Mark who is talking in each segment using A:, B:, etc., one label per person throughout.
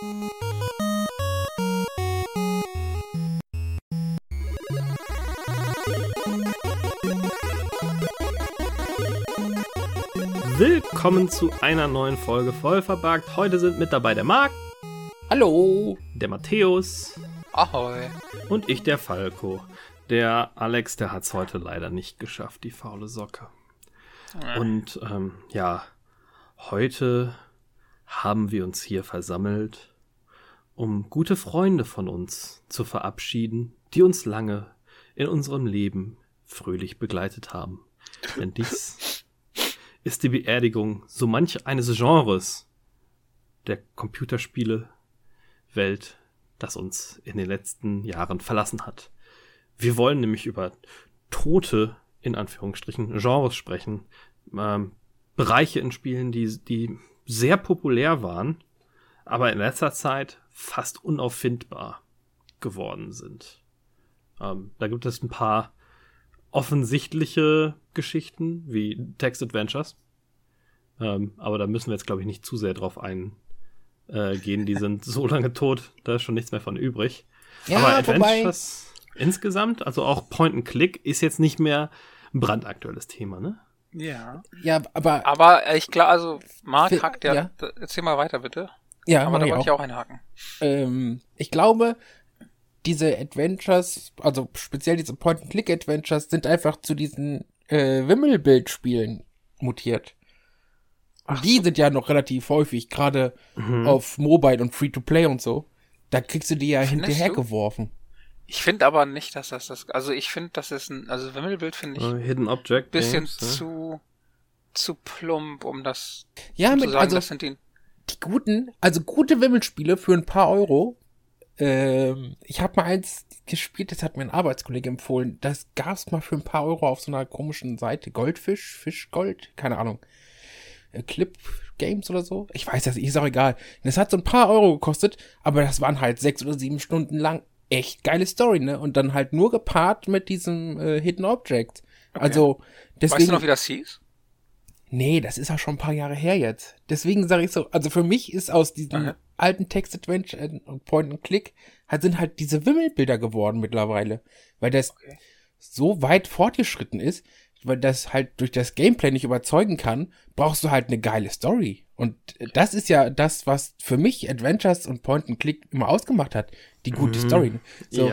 A: Willkommen zu einer neuen Folge Vollverbuggt. Heute sind mit dabei der Marc.
B: Hallo.
A: Der Matthäus.
C: Ahoi.
A: Und ich, der Falco. Der Alex, der hat es heute leider nicht geschafft, die faule Socke. Und heute haben wir uns hier versammelt, um gute Freunde von uns zu verabschieden, die uns lange in unserem Leben fröhlich begleitet haben. Denn dies ist die Beerdigung so manch eines Genres der Computerspiele-Welt, das uns in den letzten Jahren verlassen hat. Wir wollen nämlich über tote, in Anführungsstrichen, Genres sprechen. Bereiche in Spielen, die sehr populär waren, aber in letzter Zeit fast unauffindbar geworden sind. Da gibt es ein paar offensichtliche Geschichten, wie Text-Adventures. Aber da müssen wir jetzt, glaube ich, nicht zu sehr drauf eingehen. Die sind so lange tot, da ist schon nichts mehr von übrig.
B: Ja,
A: aber Adventures insgesamt, also auch Point-and-Click, ist jetzt nicht mehr ein brandaktuelles Thema, ne?
C: Ja.
B: Ja, aber...
C: Aber ich glaube, also Marc hackt ja. Erzähl mal weiter, bitte.
B: Ja,
C: aber da wollte ich auch einhaken.
B: Ich glaube, diese Adventures, also speziell diese Point-and-Click-Adventures, sind einfach zu diesen Wimmelbildspielen mutiert. Und die sind ja noch relativ häufig, gerade auf Mobile und Free-to-Play und so. Da kriegst du die ja hinterhergeworfen.
C: Ich finde aber nicht, dass das also ich finde, das ist also Wimmelbild finde ich
A: Hidden Object
C: bisschen
A: Games,
C: zu plump, um das
B: zu sagen,
C: also das sind die
B: gute Wimmelspiele für ein paar Euro. Ich habe mal eins gespielt, das hat mir ein Arbeitskollege empfohlen. Das gab's mal für ein paar Euro auf so einer komischen Seite. Goldfisch, Fischgold, keine Ahnung. Clip Games oder so. Ich weiß das, ist auch egal. Das hat so ein paar Euro gekostet, aber das waren halt 6 oder 7 Stunden lang echt geile Story, ne? Und dann halt nur gepaart mit diesem Hidden Object. Okay. Also, deswegen...
C: Weißt du noch, wie das hieß?
B: Nee, das ist auch schon ein paar Jahre her jetzt. Deswegen sage ich so, also für mich ist aus diesen alten Text-Adventure und Point-and-Click sind halt diese Wimmelbilder geworden mittlerweile. Weil das so weit fortgeschritten ist, weil das halt durch das Gameplay nicht überzeugen kann, brauchst du halt eine geile Story. Und das ist ja das, was für mich Adventures und Point-and-Click immer ausgemacht hat. Die gute Story. So,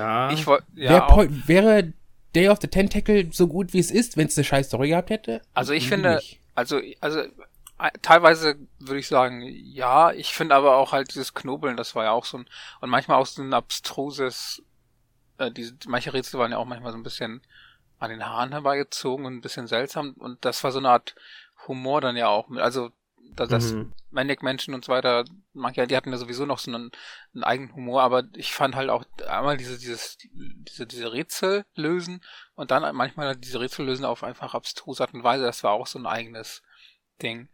B: wäre Day of the Tentacle so gut, wie es ist, wenn es eine scheiß Story gehabt hätte?
C: Also ich finde, also teilweise würde ich sagen, ja. Ich finde aber auch halt dieses Knobeln, das war ja auch so ein, und manchmal auch so ein abstruses, manche Rätsel waren ja auch manchmal so ein bisschen an den Haaren herbeigezogen und ein bisschen seltsam, und das war so eine Art Humor dann ja auch mit, also das Maniac Mansion und so weiter, manche, die hatten ja sowieso noch so einen eigenen Humor, aber ich fand halt auch einmal diese Rätsel lösen und dann manchmal diese Rätsel lösen auf einfach abstruse Art und Weise, das war auch so ein eigenes Ding.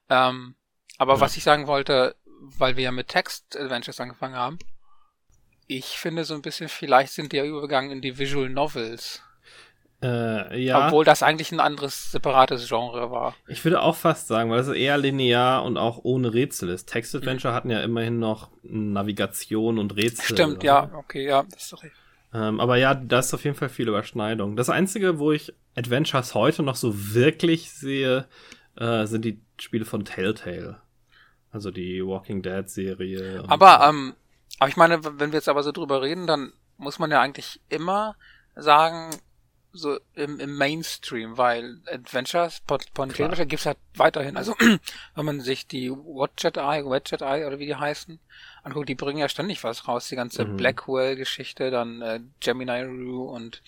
C: Aber was ich sagen wollte, weil wir ja mit Text-Adventures angefangen haben, ich finde so ein bisschen, vielleicht sind die ja übergegangen in die Visual Novels.
A: Ja.
C: Obwohl das eigentlich ein anderes, separates Genre war.
A: Ich würde auch fast sagen, weil es eher linear und auch ohne Rätsel ist. Text-Adventure hatten ja immerhin noch Navigation und Rätsel.
C: Stimmt, oder? Ja, okay, ja, das ist doch richtig.
A: Aber ja, da ist auf jeden Fall viel Überschneidung. Das Einzige, wo ich Adventures heute noch so wirklich sehe, sind die Spiele von Telltale. Also die Walking Dead-Serie.
C: Aber ich meine, wenn wir jetzt aber so drüber reden, dann muss man ja eigentlich immer sagen, so im Mainstream, weil Adventures, Point-and-Click gibt's halt weiterhin. Also, wenn man sich die Wedge Eye oder wie die heißen, anguckt, die bringen ja ständig was raus. Die ganze Blackwell-Geschichte, dann Gemini Rue und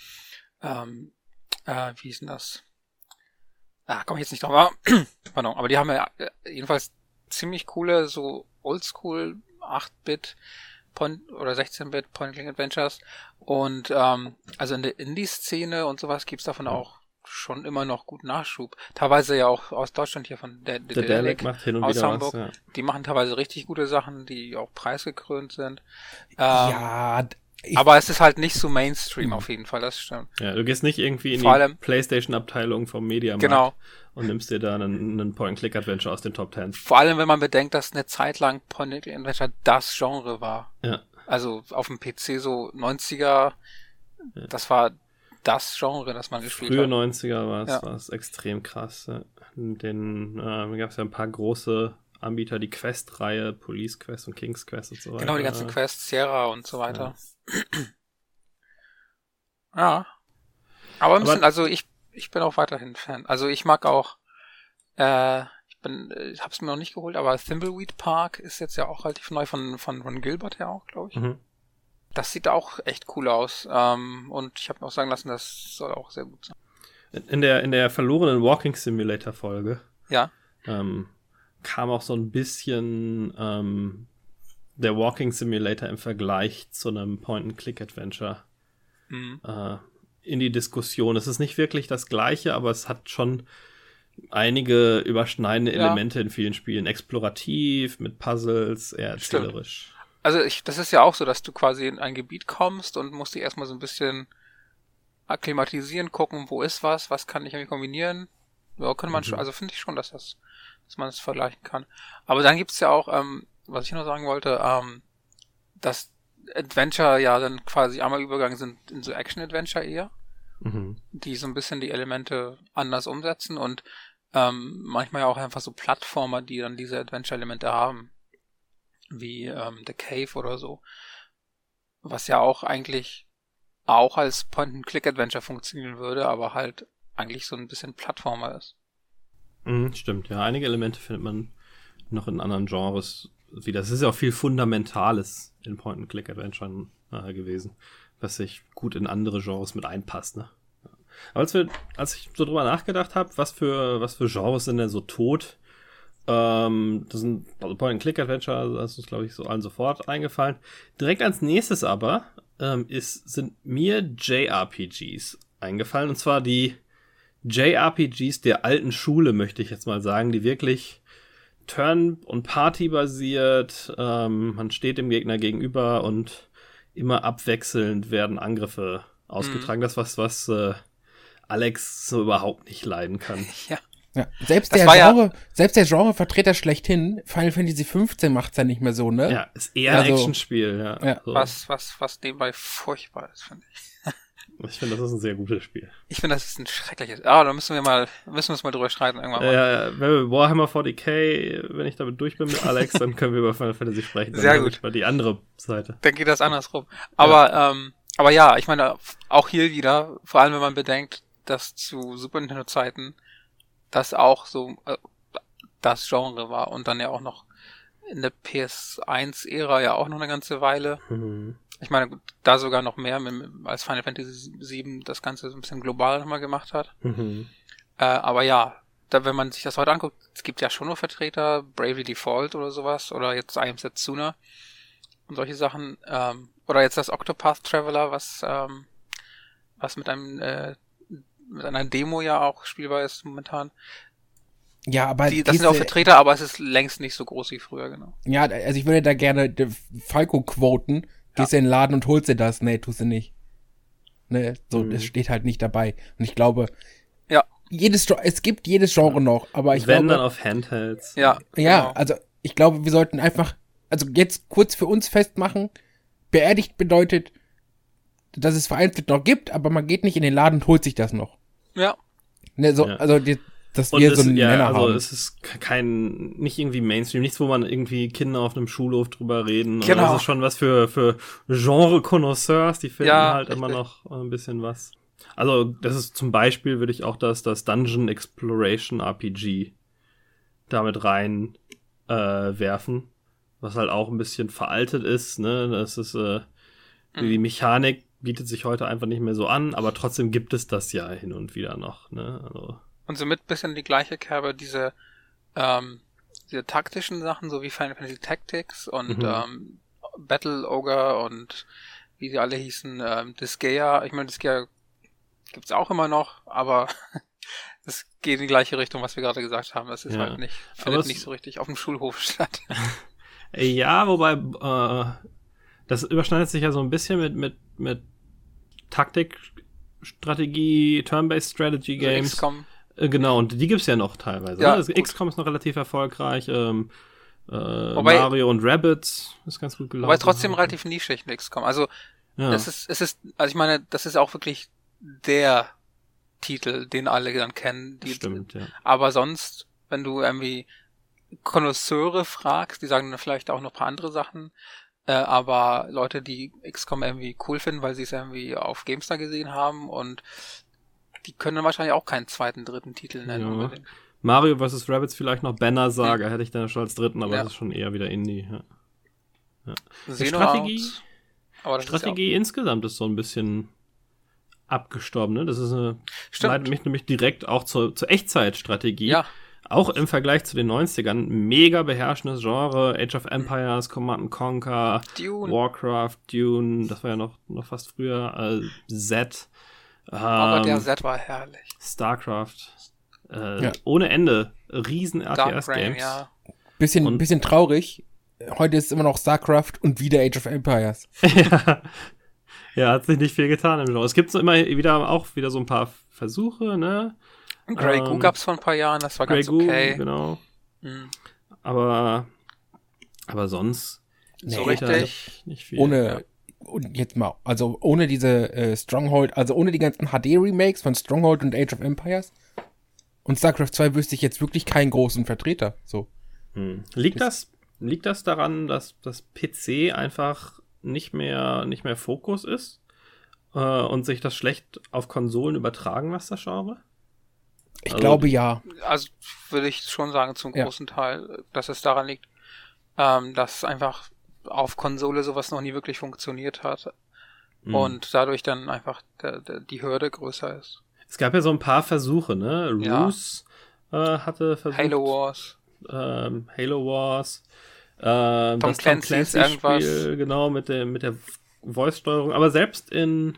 C: wie hieß denn das? Komm ich jetzt nicht drauf. Pardon, aber die haben ja jedenfalls ziemlich coole, so Oldschool 8-Bit oder 16-Bit Point-and-Click-Adventures. Und also in der Indie-Szene und sowas gibt's davon auch schon immer noch gut Nachschub. Teilweise ja auch aus Deutschland hier von der
A: Dedelic macht hin und
C: aus
A: wieder
C: Hamburg.
A: Was, ja.
C: Die machen teilweise richtig gute Sachen, die auch preisgekrönt sind.
B: Ja,
C: Aber es ist halt nicht so Mainstream auf jeden Fall, das stimmt.
A: Ja, du gehst nicht irgendwie in
C: Vor
A: die
C: allem-
A: PlayStation-Abteilung vom Mediamarkt
C: Genau.
A: und nimmst dir da einen Point-and-Click-Adventure aus den Top 10.
C: Vor allem, wenn man bedenkt, dass eine Zeit lang Point-and-Click-Adventure das Genre war.
A: Ja.
C: Also auf dem PC so 90er, das war das Genre, das man gespielt
A: Frühe
C: hat.
A: 90er war
C: Ja.
A: es extrem krass. Ja. Gab es ja ein paar große Anbieter, die Quest-Reihe, Police Quest und King's Quest und so weiter.
C: Genau, die ganzen Quests, Sierra und so weiter. Ja. Aber ein bisschen, also ich bin auch weiterhin Fan. Also ich mag auch, ich hab's mir noch nicht geholt, aber Thimbleweed Park ist jetzt ja auch relativ neu von Ron Gilbert ja auch, glaube ich.
A: Mhm.
C: Das sieht auch echt cool aus. Und ich habe mir auch sagen lassen, das soll auch sehr gut sein.
A: In der verlorenen Walking Simulator Folge
C: Ja.
A: kam auch so ein bisschen der Walking Simulator im Vergleich zu einem Point-and-Click-Adventure in die Diskussion. Es ist nicht wirklich das Gleiche, aber es hat schon einige überschneidende Elemente in vielen Spielen. Explorativ, mit Puzzles, eher erzählerisch.
C: Also das ist ja auch so, dass du quasi in ein Gebiet kommst und musst dich erstmal so ein bisschen akklimatisieren, gucken, wo ist was kann ich irgendwie kombinieren. Ja, könnte man schon, also finde ich schon, dass man das vergleichen kann. Aber dann gibt's ja auch, was ich noch sagen wollte, dass Adventure ja dann quasi einmal übergegangen sind in so Action-Adventure eher, die so ein bisschen die Elemente anders umsetzen und manchmal ja auch einfach so Plattformer, die dann diese Adventure-Elemente haben, wie The Cave oder so, was ja auch eigentlich auch als Point-and-Click-Adventure funktionieren würde, aber halt eigentlich so ein bisschen Plattformer ist.
A: Stimmt, ja. Einige Elemente findet man noch in anderen Genres wieder. Es ist ja auch viel Fundamentales in Point-and-Click-Adventuren gewesen, was sich gut in andere Genres mit einpasst, ne? Aber als ich so drüber nachgedacht habe, was für Genres sind denn so tot, das sind also Point-and-Click-Adventure, das ist uns, glaube ich, so allen sofort eingefallen. Direkt als nächstes aber sind mir JRPGs eingefallen, und zwar die JRPGs der alten Schule, möchte ich jetzt mal sagen, die wirklich Turn- und Party-basiert, man steht dem Gegner gegenüber und immer abwechselnd werden Angriffe ausgetragen. Das was Alex so überhaupt nicht leiden kann.
C: Ja.
B: Ja, selbst
C: Das
B: der
C: war
B: Genrevertreter schlechthin, Final Fantasy 15 macht's ja nicht mehr so, ne?
A: Ja, ist eher ein Actionspiel, ja.
B: Ja.
A: So.
C: Was nebenbei furchtbar ist, finde ich.
A: Ich finde, das ist ein sehr gutes Spiel.
C: Ich finde, das ist ein schreckliches. Da müssen wir uns mal drüber streiten irgendwann mal.
A: Wenn wir Warhammer 40k, wenn ich damit durch bin mit Alex, dann können wir über Final Fantasy sprechen. Dann
C: Sehr
A: habe
C: gut.
A: ich mal die andere Seite.
C: Dann geht das andersrum. Aber ja, ich meine, auch hier wieder, vor allem wenn man bedenkt, dass zu Super Nintendo Zeiten das auch so das Genre war und dann ja auch noch in der PS1-Ära ja auch noch eine ganze Weile. Ich meine, gut, da sogar noch mehr, als Final Fantasy VII das Ganze so ein bisschen global nochmal gemacht hat. Aber ja, wenn man sich das heute anguckt, es gibt ja schon nur Vertreter, Bravely Default oder sowas, oder jetzt I Am Setsuna und solche Sachen. Oder jetzt das Octopath Traveler, was mit einer Demo ja auch spielbar ist momentan.
B: Ja, aber
C: Das sind auch Vertreter, aber es ist längst nicht so groß wie früher, genau.
B: Ja, also ich würde da gerne Falco quoten. Gehst in den Laden und holst dir das. Nee, tust du nicht. Ne, so, das steht halt nicht dabei. Und ich glaube,
C: Ja.
B: es gibt jedes Genre noch, aber ich
A: Wenn
B: glaube,
A: dann auf Handhelds.
C: Ja,
B: ja,
C: genau.
B: also ich glaube, wir sollten einfach, also jetzt kurz für uns festmachen, beerdigt bedeutet, dass es vereinzelt noch gibt, aber man geht nicht in den Laden und holt sich das noch.
C: Ja.
B: Ne, so,
A: Ja.
B: also dass
A: Und
B: wir so einen Nenner
A: also
B: haben.
A: es ist nicht irgendwie Mainstream, nichts, wo man irgendwie Kinder auf einem Schulhof drüber reden.
C: Genau.
A: Das ist schon was für Genre-Connoisseurs, die finden
C: Ja,
A: halt immer
C: richtig.
A: noch ein bisschen was. Also das ist zum Beispiel, würde ich auch das Dungeon Exploration RPG damit rein werfen, was halt auch ein bisschen veraltet ist, ne? Das ist die Mechanik bietet sich heute einfach nicht mehr so an, aber trotzdem gibt es das ja hin und wieder noch, ne? Also
C: Und somit bisschen die gleiche Kerbe, diese taktischen Sachen, so wie Final Fantasy Tactics und Battle Ogre und wie sie alle hießen, Disgaea. Ich meine, Disgaea gibt's auch immer noch, aber es geht in die gleiche Richtung, was wir gerade gesagt haben. Das ist halt nicht, findet nicht so richtig auf dem Schulhof statt.
A: Ja, wobei das überschneidet sich ja so ein bisschen mit Taktik, Strategie, Turn-Based Strategy Games.
C: XCOM.
A: Genau, und die gibt's ja noch teilweise.
C: Ja,
A: Ne? XCOM ist noch relativ erfolgreich.
C: Wobei,
A: Mario und Rabbids ist ganz gut gelaufen.
C: Wobei trotzdem relativ nischig in XCOM. Also,
A: Ja.
C: es ist, also ich meine, das ist auch wirklich der Titel, den alle dann kennen.
A: Stimmt, ja.
C: Aber sonst, wenn du irgendwie Konnoisseure fragst, die sagen dann vielleicht auch noch ein paar andere Sachen, aber Leute, die XCOM irgendwie cool finden, weil sie es irgendwie auf GameStar gesehen haben und die können dann wahrscheinlich auch keinen zweiten, dritten Titel nennen.
A: Ja.
C: Unbedingt.
A: Mario vs. Rabbids vielleicht noch Banner Saga, hätte ich dann schon als dritten, aber
C: Ja.
A: das ist schon eher wieder Indie. Ja.
C: Xenonauts, aber das
A: Strategie insgesamt ist so ein bisschen abgestorben, ne? Das ist
C: Stimmt.
A: leitet mich nämlich direkt auch zur Echtzeitstrategie.
C: Ja,
A: Auch im Vergleich zu den 90ern mega beherrschendes Genre, Age of Empires, Command & Conquer,
C: Dune.
A: Warcraft, Dune, das war ja noch fast früher, Z,
C: Oh Gott, der Set war herrlich.
A: StarCraft,
B: Ja.
A: ohne Ende, riesen
C: Dark Reign,
A: RTS-Games.
C: ja.
B: Bisschen traurig. Heute ist es immer noch StarCraft und wieder Age of Empires.
A: Ja. Ja, hat sich nicht viel getan im Genre. Es gibt so immer wieder so ein paar Versuche, ne?
C: Grey Goo gab's vor ein paar Jahren, das war
A: Grey
C: ganz
A: Goo,
C: okay.
A: genau.
C: Mhm.
A: Aber sonst
C: So
A: geht da
C: richtig.
A: nicht viel.
B: Ohne, und jetzt mal, also ohne diese Stronghold, also ohne die ganzen HD-Remakes von Stronghold und Age of Empires und StarCraft 2 wüsste ich jetzt wirklich keinen großen Vertreter. So.
A: Liegt das daran, dass das PC einfach nicht mehr Fokus ist und sich das schlecht auf Konsolen übertragen lässt, das Genre?
B: Ich
A: Also
B: glaube ja.
C: Also würde ich schon sagen, zum
B: Ja.
C: großen Teil, dass es daran liegt, dass einfach auf Konsole sowas noch nie wirklich funktioniert hat und dadurch dann einfach die Hürde größer ist.
A: Es gab ja so ein paar Versuche, ne?
C: Ja.
A: Roos hatte versucht.
C: Halo Wars.
A: Halo Wars. Das Tom
C: Clancy's
A: Clancy-Spiel, genau, mit der Voice-Steuerung. Aber selbst in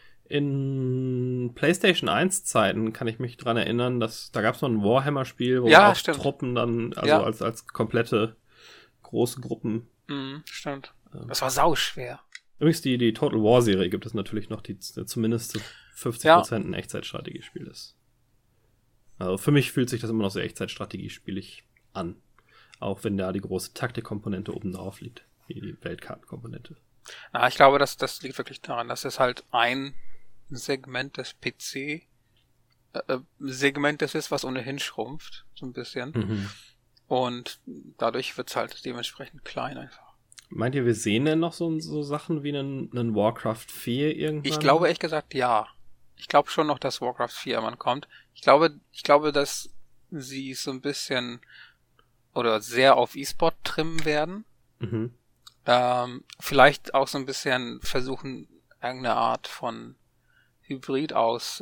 A: PlayStation 1 Zeiten kann ich mich dran erinnern, dass da gab es noch ein Warhammer-Spiel, wo
C: Ja,
A: auch
C: stimmt.
A: Truppen dann, also
C: Ja.
A: als komplette große Gruppen.
C: Stimmt. Das war sauschwer.
A: Übrigens, die Total War-Serie gibt es natürlich noch, die zumindest zu 50% ein Echtzeitstrategiespiel ist. Also für mich fühlt sich das immer noch sehr Echtzeitstrategiespielig an. Auch wenn da die große Taktikkomponente oben drauf liegt, wie die Weltkartenkomponente.
C: Na, ich glaube, das liegt wirklich daran, dass es halt ein Segment des PC Segmentes ist, was ohnehin schrumpft, so ein bisschen. Und dadurch wird's halt dementsprechend klein einfach.
A: Meint ihr, wir sehen denn noch so Sachen wie einen Warcraft 4 irgendwann?
C: Ich glaube ehrlich gesagt, ja. Ich glaube schon noch, dass Warcraft 4 irgendwann kommt. Ich glaube, dass sie so ein bisschen oder sehr auf E-Sport trimmen werden. Vielleicht auch so ein bisschen versuchen, irgendeine Art von Hybrid aus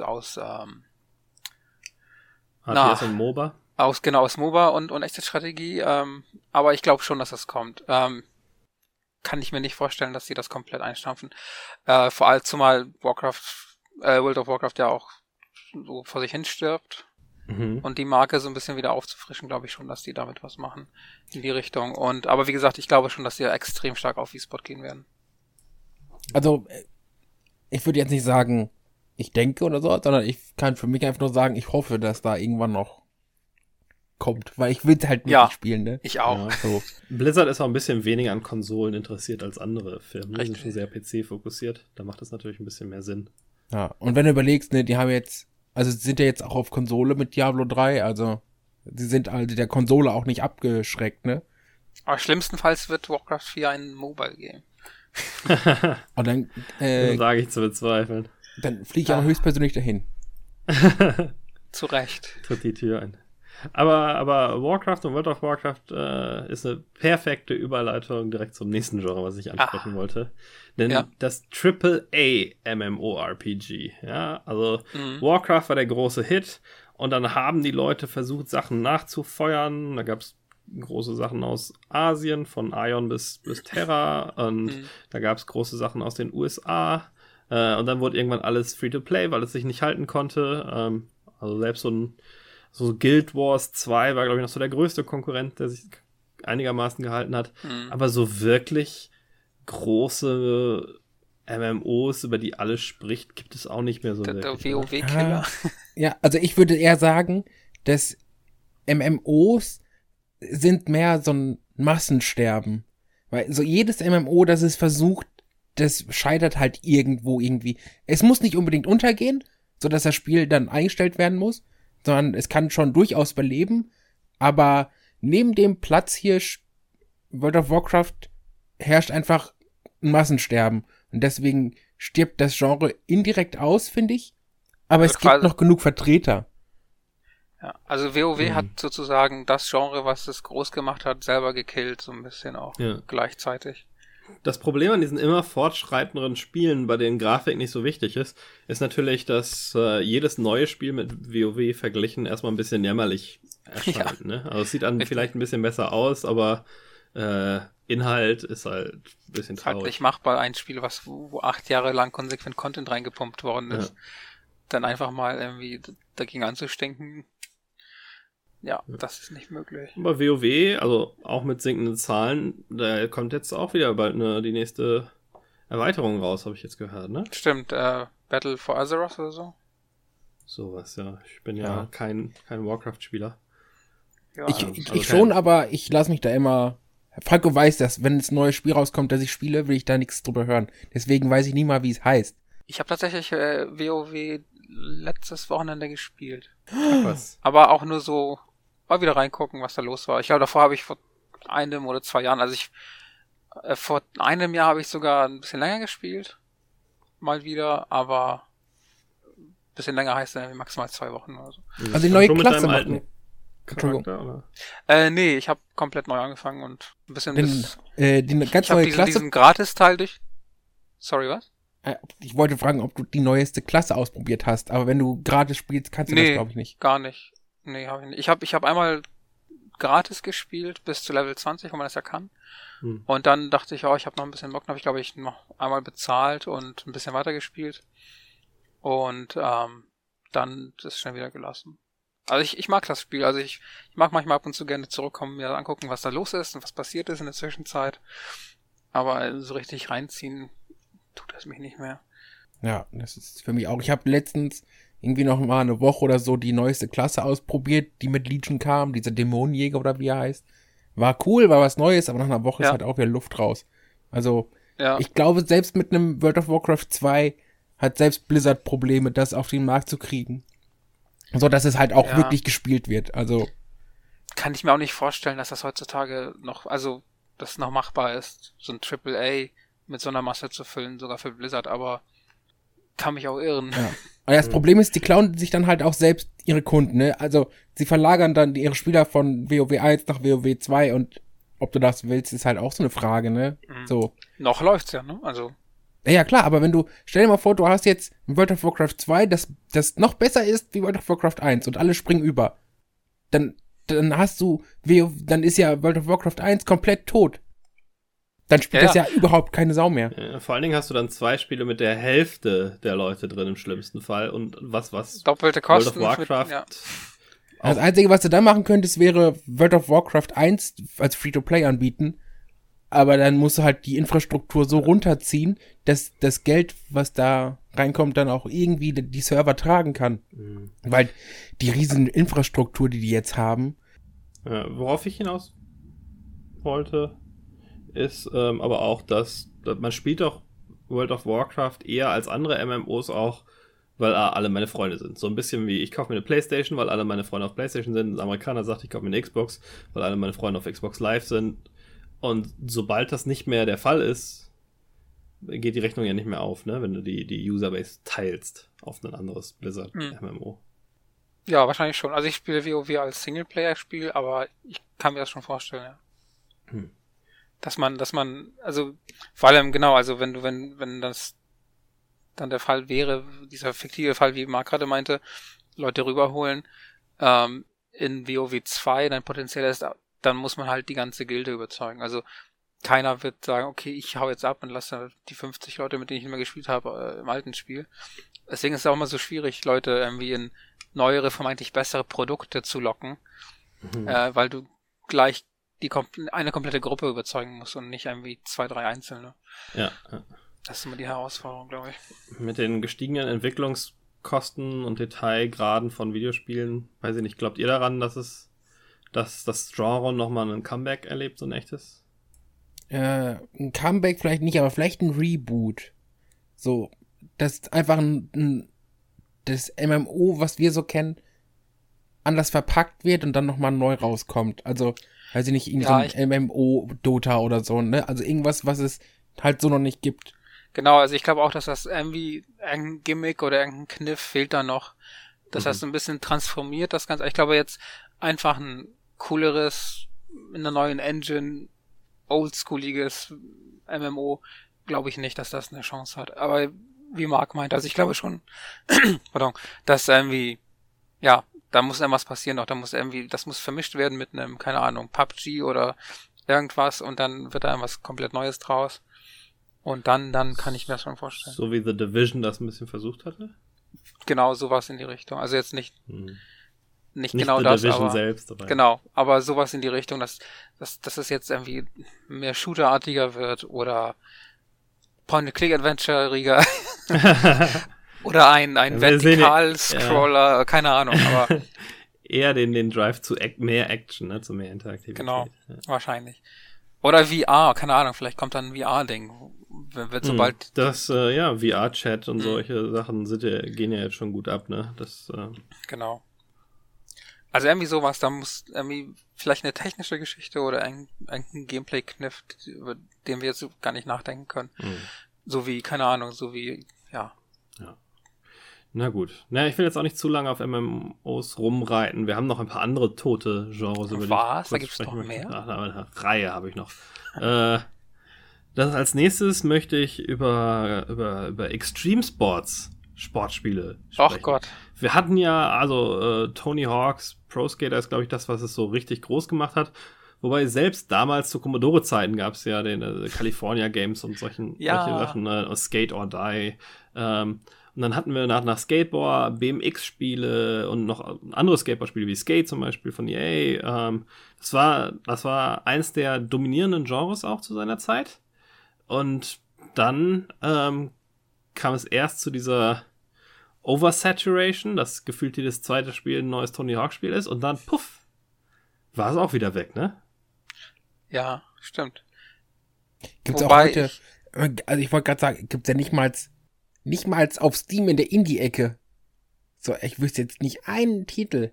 A: RTS und MOBA?
C: aus MOBA und echte Strategie. Aber ich glaube schon, dass das kommt. Kann ich mir nicht vorstellen, dass sie das komplett einstampfen. Vor allem zumal World of Warcraft ja auch so vor sich hin stirbt. Und die Marke so ein bisschen wieder aufzufrischen, glaube ich schon, dass die damit was machen in die Richtung. Aber wie gesagt, ich glaube schon, dass sie extrem stark auf E-Sport gehen werden.
B: Also, ich würde jetzt nicht sagen, ich denke oder so, sondern ich kann für mich einfach nur sagen, ich hoffe, dass da irgendwann noch kommt, weil ich will es halt nicht spielen, ne?
C: Ich auch.
A: Ja.
B: So.
A: Blizzard ist auch ein bisschen weniger an Konsolen interessiert als andere Firmen. Die sind
C: Richtig.
A: schon sehr PC-fokussiert. Da macht das natürlich ein bisschen mehr Sinn.
B: Ja, und wenn du überlegst, ne, die haben jetzt, also sie sind ja jetzt auch auf Konsole mit Diablo 3, also sie sind also der Konsole auch nicht abgeschreckt, ne?
C: Aber schlimmstenfalls wird Warcraft 4 ein Mobile-Game.
B: Und dann,
A: Sage ich zu bezweifeln.
B: dann fliege ich aber höchstpersönlich dahin.
C: Zu Recht.
A: Tritt die Tür ein. Aber Warcraft und World of Warcraft ist eine perfekte Überleitung direkt zum nächsten Genre, was ich ansprechen wollte. Denn das AAA MMORPG, ja, also Warcraft war der große Hit und dann haben die Leute versucht, Sachen nachzufeuern. Da gab es große Sachen aus Asien, von Ion bis Terra und da gab es große Sachen aus den USA und dann wurde irgendwann alles Free-to-Play, weil es sich nicht halten konnte. Also selbst so Guild Wars 2 war, glaube ich, noch so der größte Konkurrent, der sich einigermaßen gehalten hat. Aber so wirklich große MMOs, über die alles spricht, gibt es auch nicht mehr so
C: Der
A: wirklich.
C: WoW-Killer.
B: Ja, also ich würde eher sagen, dass MMOs sind mehr so ein Massensterben. Weil so jedes MMO, das es versucht, das scheitert halt irgendwo irgendwie. Es muss nicht unbedingt untergehen, sodass das Spiel dann eingestellt werden muss, sondern es kann schon durchaus überleben. Aber neben dem Platzhirsch World of Warcraft herrscht einfach ein Massensterben. Und deswegen stirbt das Genre indirekt aus, finde ich. Aber
C: Also
B: es gibt
C: quasi-
B: noch genug Vertreter.
C: Ja, also WoW hat sozusagen das Genre, was es groß gemacht hat, selber gekillt, so ein bisschen auch
A: Ja.
C: gleichzeitig.
A: Das Problem an diesen immer fortschreitenderen Spielen, bei denen Grafik nicht so wichtig ist natürlich, dass jedes neue Spiel mit WoW verglichen erstmal ein bisschen jämmerlich erscheint. Ne? Also es sieht dann vielleicht ein bisschen besser aus, aber Inhalt ist halt ein bisschen
C: Ist halt
A: traurig.
C: nicht machbar, ein Spiel, wo 8 Jahre lang konsequent Content reingepumpt worden ist, dann einfach mal irgendwie dagegen anzustinken. Ja, das ist nicht möglich.
A: Aber WoW, also auch mit sinkenden Zahlen, da kommt jetzt auch wieder bald die nächste Erweiterung raus, habe ich jetzt gehört, ne?
C: Stimmt, Battle for Azeroth oder so.
A: Sowas, ja. Ich bin
B: Ja.
A: ja kein Warcraft-Spieler.
C: Ja,
B: Ich
A: also
B: schon, aber ich lasse mich da immer. Falco weiß das, wenn ein neues Spiel rauskommt, das ich spiele, will ich da nichts drüber hören. Deswegen weiß ich nie mal, wie es heißt.
C: ich habe tatsächlich WoW letztes Wochenende gespielt.
A: Ach was.
C: Aber auch nur so mal wieder reingucken, was da los war. Ich glaube, davor habe ich vor 1 oder 2 Jahren, also vor 1 Jahr habe ich sogar ein bisschen länger gespielt. Mal wieder, aber ein bisschen länger heißt dann maximal 2 Wochen oder so.
B: Also die neue
A: Schon mit
B: Klasse
A: deinem
B: macht
A: alten
B: mir. Entschuldigung.
A: Charakter, oder?
C: Nee, ich habe komplett neu angefangen und ein bisschen
B: Die ganz
C: ich habe
B: neue Klasse.
C: diesen Gratis-Teil durch. Sorry, was?
B: Ich wollte fragen, ob du die neueste Klasse ausprobiert hast, aber wenn du gratis spielst, kannst du das, glaube ich, nicht.
C: Gar nicht. Nee, habe ich nicht. Ich hab einmal gratis gespielt, bis zu Level 20, wo man das ja kann. Und dann dachte ich, ich habe noch ein bisschen Bock. Dann habe ich, glaube ich, noch einmal bezahlt und ein bisschen weiter gespielt. Und dann ist es schnell wieder gelassen. Also ich mag das Spiel. Also ich mag manchmal ab und zu gerne zurückkommen, mir angucken, was da los ist und was passiert ist in der Zwischenzeit. Aber so richtig reinziehen tut das mich nicht mehr.
B: Ja, das ist für mich auch. Ich habe letztens irgendwie noch mal eine Woche oder so die neueste Klasse ausprobiert, die mit Legion kam, dieser Dämonenjäger oder wie er heißt. War cool, war was Neues, aber nach einer Woche ist halt auch wieder Luft raus. Also, ich glaube, selbst mit einem World of Warcraft 2 hat selbst Blizzard Probleme, das auf den Markt zu kriegen. So, dass es halt auch wirklich gespielt wird. Also,
C: kann ich mir auch nicht vorstellen, dass das heutzutage noch, also, das noch machbar ist, so ein AAA mit so einer Masse zu füllen, sogar für Blizzard, aber kann mich auch irren.
B: ja. Aber das Problem ist, die klauen sich dann halt auch selbst ihre Kunden, ne? Also, sie verlagern dann ihre Spieler von WoW 1 nach WoW 2 und ob du das willst, ist halt auch so eine Frage, ne? So.
C: Noch läuft's ja, ne? Also.
B: Ja, klar, aber wenn du, stell dir mal vor, du hast jetzt ein World of Warcraft 2, das noch besser ist wie World of Warcraft 1 und alle springen über. Dann hast du, dann ist ja World of Warcraft 1 komplett tot. Dann spielt das ja überhaupt keine Sau mehr.
A: Ja, vor allen Dingen hast du dann 2 Spiele mit der Hälfte der Leute drin im schlimmsten Fall und was
C: doppelte Kosten.
A: World of Warcraft.
B: Das Einzige, was du dann machen könntest, wäre World of Warcraft 1 als Free-to-Play anbieten. Aber dann musst du halt die Infrastruktur so runterziehen, dass das Geld, was da reinkommt, dann auch irgendwie die Server tragen kann. Weil die riesen Infrastruktur, die jetzt haben.
A: Worauf ich hinaus wollte, ist aber auch, dass man spielt doch World of Warcraft eher als andere MMOs auch, weil alle meine Freunde sind. So ein bisschen wie, ich kaufe mir eine Playstation, weil alle meine Freunde auf Playstation sind. Ein Amerikaner sagt, ich kaufe mir eine Xbox, weil alle meine Freunde auf Xbox Live sind. Und sobald das nicht mehr der Fall ist, geht die Rechnung ja nicht mehr auf, ne? Wenn du die Userbase teilst auf ein anderes Blizzard-MMO.
C: Ja, wahrscheinlich schon. Also ich spiele WoW als Singleplayer-Spiel, aber ich kann mir das schon vorstellen, ja. Dass man, also vor allem genau, also wenn das dann der Fall wäre, dieser fiktive Fall, wie Marc gerade meinte, Leute rüberholen, in WoW 2 dann potenziell ist, dann muss man halt die ganze Gilde überzeugen. Also keiner wird sagen, okay, ich hau jetzt ab und lasse die 50 Leute, mit denen ich immer gespielt habe, im alten Spiel. Deswegen ist es auch immer so schwierig, Leute irgendwie in neuere, vermeintlich bessere Produkte zu locken, weil du gleich eine komplette Gruppe überzeugen muss und nicht irgendwie 2, 3 Einzelne.
A: Ja.
C: Das ist immer die Herausforderung, glaube ich.
A: Mit den gestiegenen Entwicklungskosten und Detailgraden von Videospielen, weiß ich nicht, glaubt ihr daran, dass das Genre nochmal ein Comeback erlebt, so ein echtes?
B: Ein Comeback vielleicht nicht, aber vielleicht ein Reboot. So, dass einfach das MMO, was wir so kennen, anders verpackt wird und dann nochmal neu rauskommt. Also, weiß ich nicht, irgendwie so ein MMO-Dota oder so, ne? Also irgendwas, was es halt so noch nicht gibt.
C: Genau, also ich glaube auch, dass das irgendwie ein Gimmick oder irgendein Kniff fehlt da noch. Das heißt, so ein bisschen transformiert das Ganze. Ich glaube jetzt einfach ein cooleres, in einer neuen Engine, oldschooliges MMO, glaube ich nicht, dass das eine Chance hat. Aber wie Marc meint, also ich glaube schon, pardon, dass irgendwie, ja, da muss irgendwas passieren noch. Das muss vermischt werden mit einem, keine Ahnung, PUBG oder irgendwas und dann wird da irgendwas komplett Neues draus. Und dann kann ich mir das schon vorstellen.
A: So wie The Division das ein bisschen versucht hatte?
C: Genau, sowas in die Richtung. Also jetzt nicht genau
A: The
C: das,
A: Division
C: aber
A: selbst, aber
C: genau, aber sowas in die Richtung, dass es jetzt irgendwie mehr Shooter-artiger wird oder Point-and-Click-Adventure-riger oder ein Vertikal-Scroller, keine Ahnung, aber
A: eher den Drive zu mehr Action, ne, zu mehr Interaktivität.
C: Genau, wahrscheinlich. Oder VR, keine Ahnung, vielleicht kommt dann ein VR-Ding, wird sobald...
A: Das, VR-Chat und solche Sachen gehen ja jetzt schon gut ab, ne? Das,
C: Genau. Also irgendwie sowas, da muss irgendwie vielleicht eine technische Geschichte oder ein Gameplay-Kniff, über den wir jetzt gar nicht nachdenken können. So wie, keine Ahnung, ja.
A: Na gut. Na, ich will jetzt auch nicht zu lange auf MMOs rumreiten. Wir haben noch ein paar andere tote Genres. Über
C: Was?
A: Die
C: Da gibt's noch mehr?
A: Eine Reihe habe ich noch. Das als nächstes möchte ich über Extreme Sportspiele sprechen.
C: Ach Gott.
A: Wir hatten ja, also Tony Hawk's Pro Skater ist, glaube ich, das, was es so richtig groß gemacht hat. Wobei selbst damals zu Commodore-Zeiten gab es ja den California Games und solche Sachen, Skate or Die. Und dann hatten wir nach Skateboard, BMX-Spiele und noch andere Skateboard-Spiele wie Skate zum Beispiel von EA. Das war eins der dominierenden Genres auch zu seiner Zeit. Und dann kam es erst zu dieser Oversaturation, dass gefühlt jedes zweite Spiel ein neues Tony Hawk-Spiel ist. Und dann, puff, war es auch wieder weg, ne?
C: Ja, stimmt.
B: Gibt's auch heute, also ich wollte gerade sagen, gibt's ja nicht mal auf Steam in der Indie-Ecke. So, ich wüsste jetzt nicht einen Titel.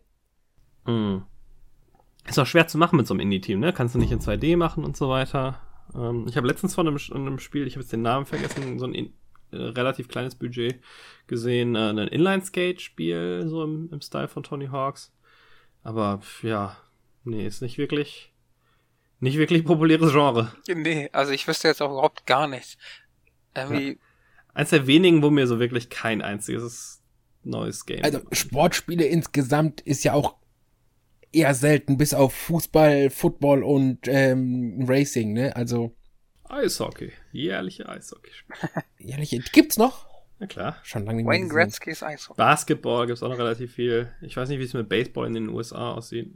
A: Ist auch schwer zu machen mit so einem Indie-Team, ne? Kannst du nicht in 2D machen und so weiter. Ich habe letztens von einem Spiel, ich habe jetzt den Namen vergessen, so ein relativ kleines Budget gesehen, ein Inline-Skate-Spiel, so im Style von Tony Hawk's. Aber, ja, nee, ist nicht wirklich populäres Genre.
C: Nee, also ich wüsste jetzt auch überhaupt gar nichts. Irgendwie...
A: Ja. Eins der wenigen, wo mir so wirklich kein einziges neues Game.
B: Also Sportspiele insgesamt ist ja auch eher selten, bis auf Fußball, Football und Racing, ne? Also
A: Eishockey, jährliche Eishockey-Spiele.
B: Gibt's noch?
A: Na klar.
B: Schon lange nicht mehr
C: Wayne Gretzky's Eishockey.
A: Basketball gibt's auch noch relativ viel. Ich weiß nicht, wie es mit Baseball in den USA aussieht.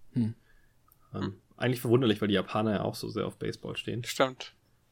A: Eigentlich verwunderlich, weil die Japaner ja auch so sehr auf Baseball stehen.
C: Stimmt.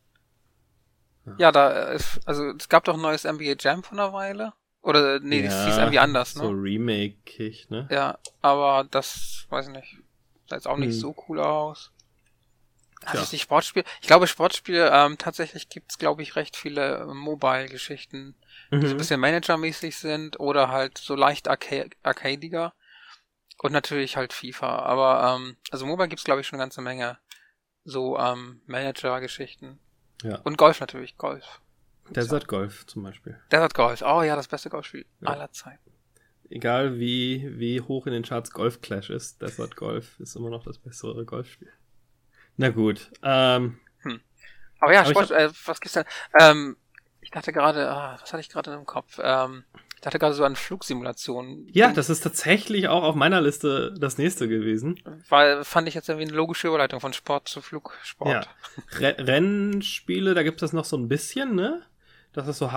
C: Ja, es gab doch ein neues NBA Jam vor einer Weile. Oder, nee, das hieß irgendwie anders, ne?
A: So remake-ig, ne?
C: Ja, aber das, weiß ich nicht, sah jetzt auch nicht so cool aus. Also die Sportspiele, ich glaube Sportspiele, tatsächlich gibt's, glaube ich, recht viele Mobile-Geschichten, die so ein bisschen Manager-mäßig sind oder halt so leicht arcadiger. Und natürlich halt FIFA, aber, also Mobile gibt's, glaube ich, schon eine ganze Menge so, Manager-Geschichten.
A: Ja.
C: Und Golf natürlich, Golf.
A: Desert Golf zum Beispiel.
C: Desert Golf, oh ja, das beste Golfspiel aller Zeiten.
A: Egal wie hoch in den Charts Golf Clash ist, Desert Golf ist immer noch das bessere Golfspiel. Na gut.
C: Aber ja, Sport, was gibt's denn? Ich dachte gerade, was hatte ich gerade im Kopf? Ich dachte gerade so an Flugsimulationen.
A: Ja, das ist tatsächlich auch auf meiner Liste das nächste gewesen.
C: Weil fand ich jetzt irgendwie eine logische Überleitung von Sport zu Flugsport.
A: Ja. Rennspiele, da gibt es noch so ein bisschen, ne? Dass es so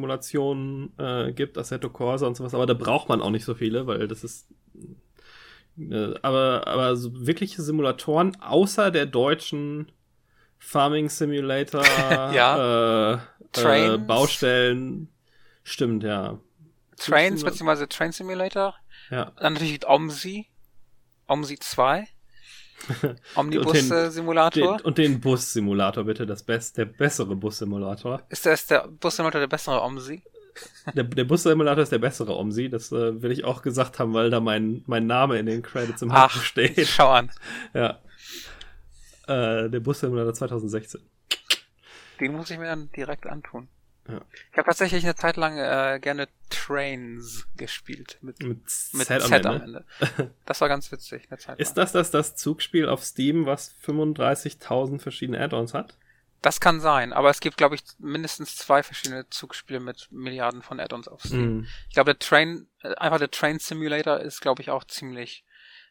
A: Hardcore-Simulationen gibt, Assetto Corsa und sowas, aber da braucht man auch nicht so viele, weil das ist Aber so wirkliche Simulatoren, außer der deutschen Farming Simulator,
C: Trains.
A: Baustellen, stimmt, ja.
C: Trains, beziehungsweise Train Simulator.
A: Ja.
C: Dann natürlich OMSI 2. Omnibus-Simulator.
A: Und den Bus-Simulator, bitte, der bessere Bus-Simulator.
C: Ist der Bus-Simulator der bessere OMSI?
A: Der Bus-Simulator ist der bessere OMSI, das will ich auch gesagt haben, weil da mein Name in den Credits im Handbuch steht.
C: Schau an.
A: Ja. Der Bus-Simulator 2016.
C: Den muss ich mir dann direkt antun.
A: Ja.
C: Ich habe tatsächlich eine Zeit lang gerne Trains gespielt. Mit
A: Z
C: am Ende. Das war ganz witzig. Eine Zeit lang.
A: Ist das Zugspiel auf Steam, was 35.000 verschiedene Add-ons hat?
C: Das kann sein, aber es gibt, glaube ich, mindestens 2 verschiedene Zugspiele mit Milliarden von Add-ons auf Steam. Ich glaube, der Train Simulator ist, glaube ich, auch ziemlich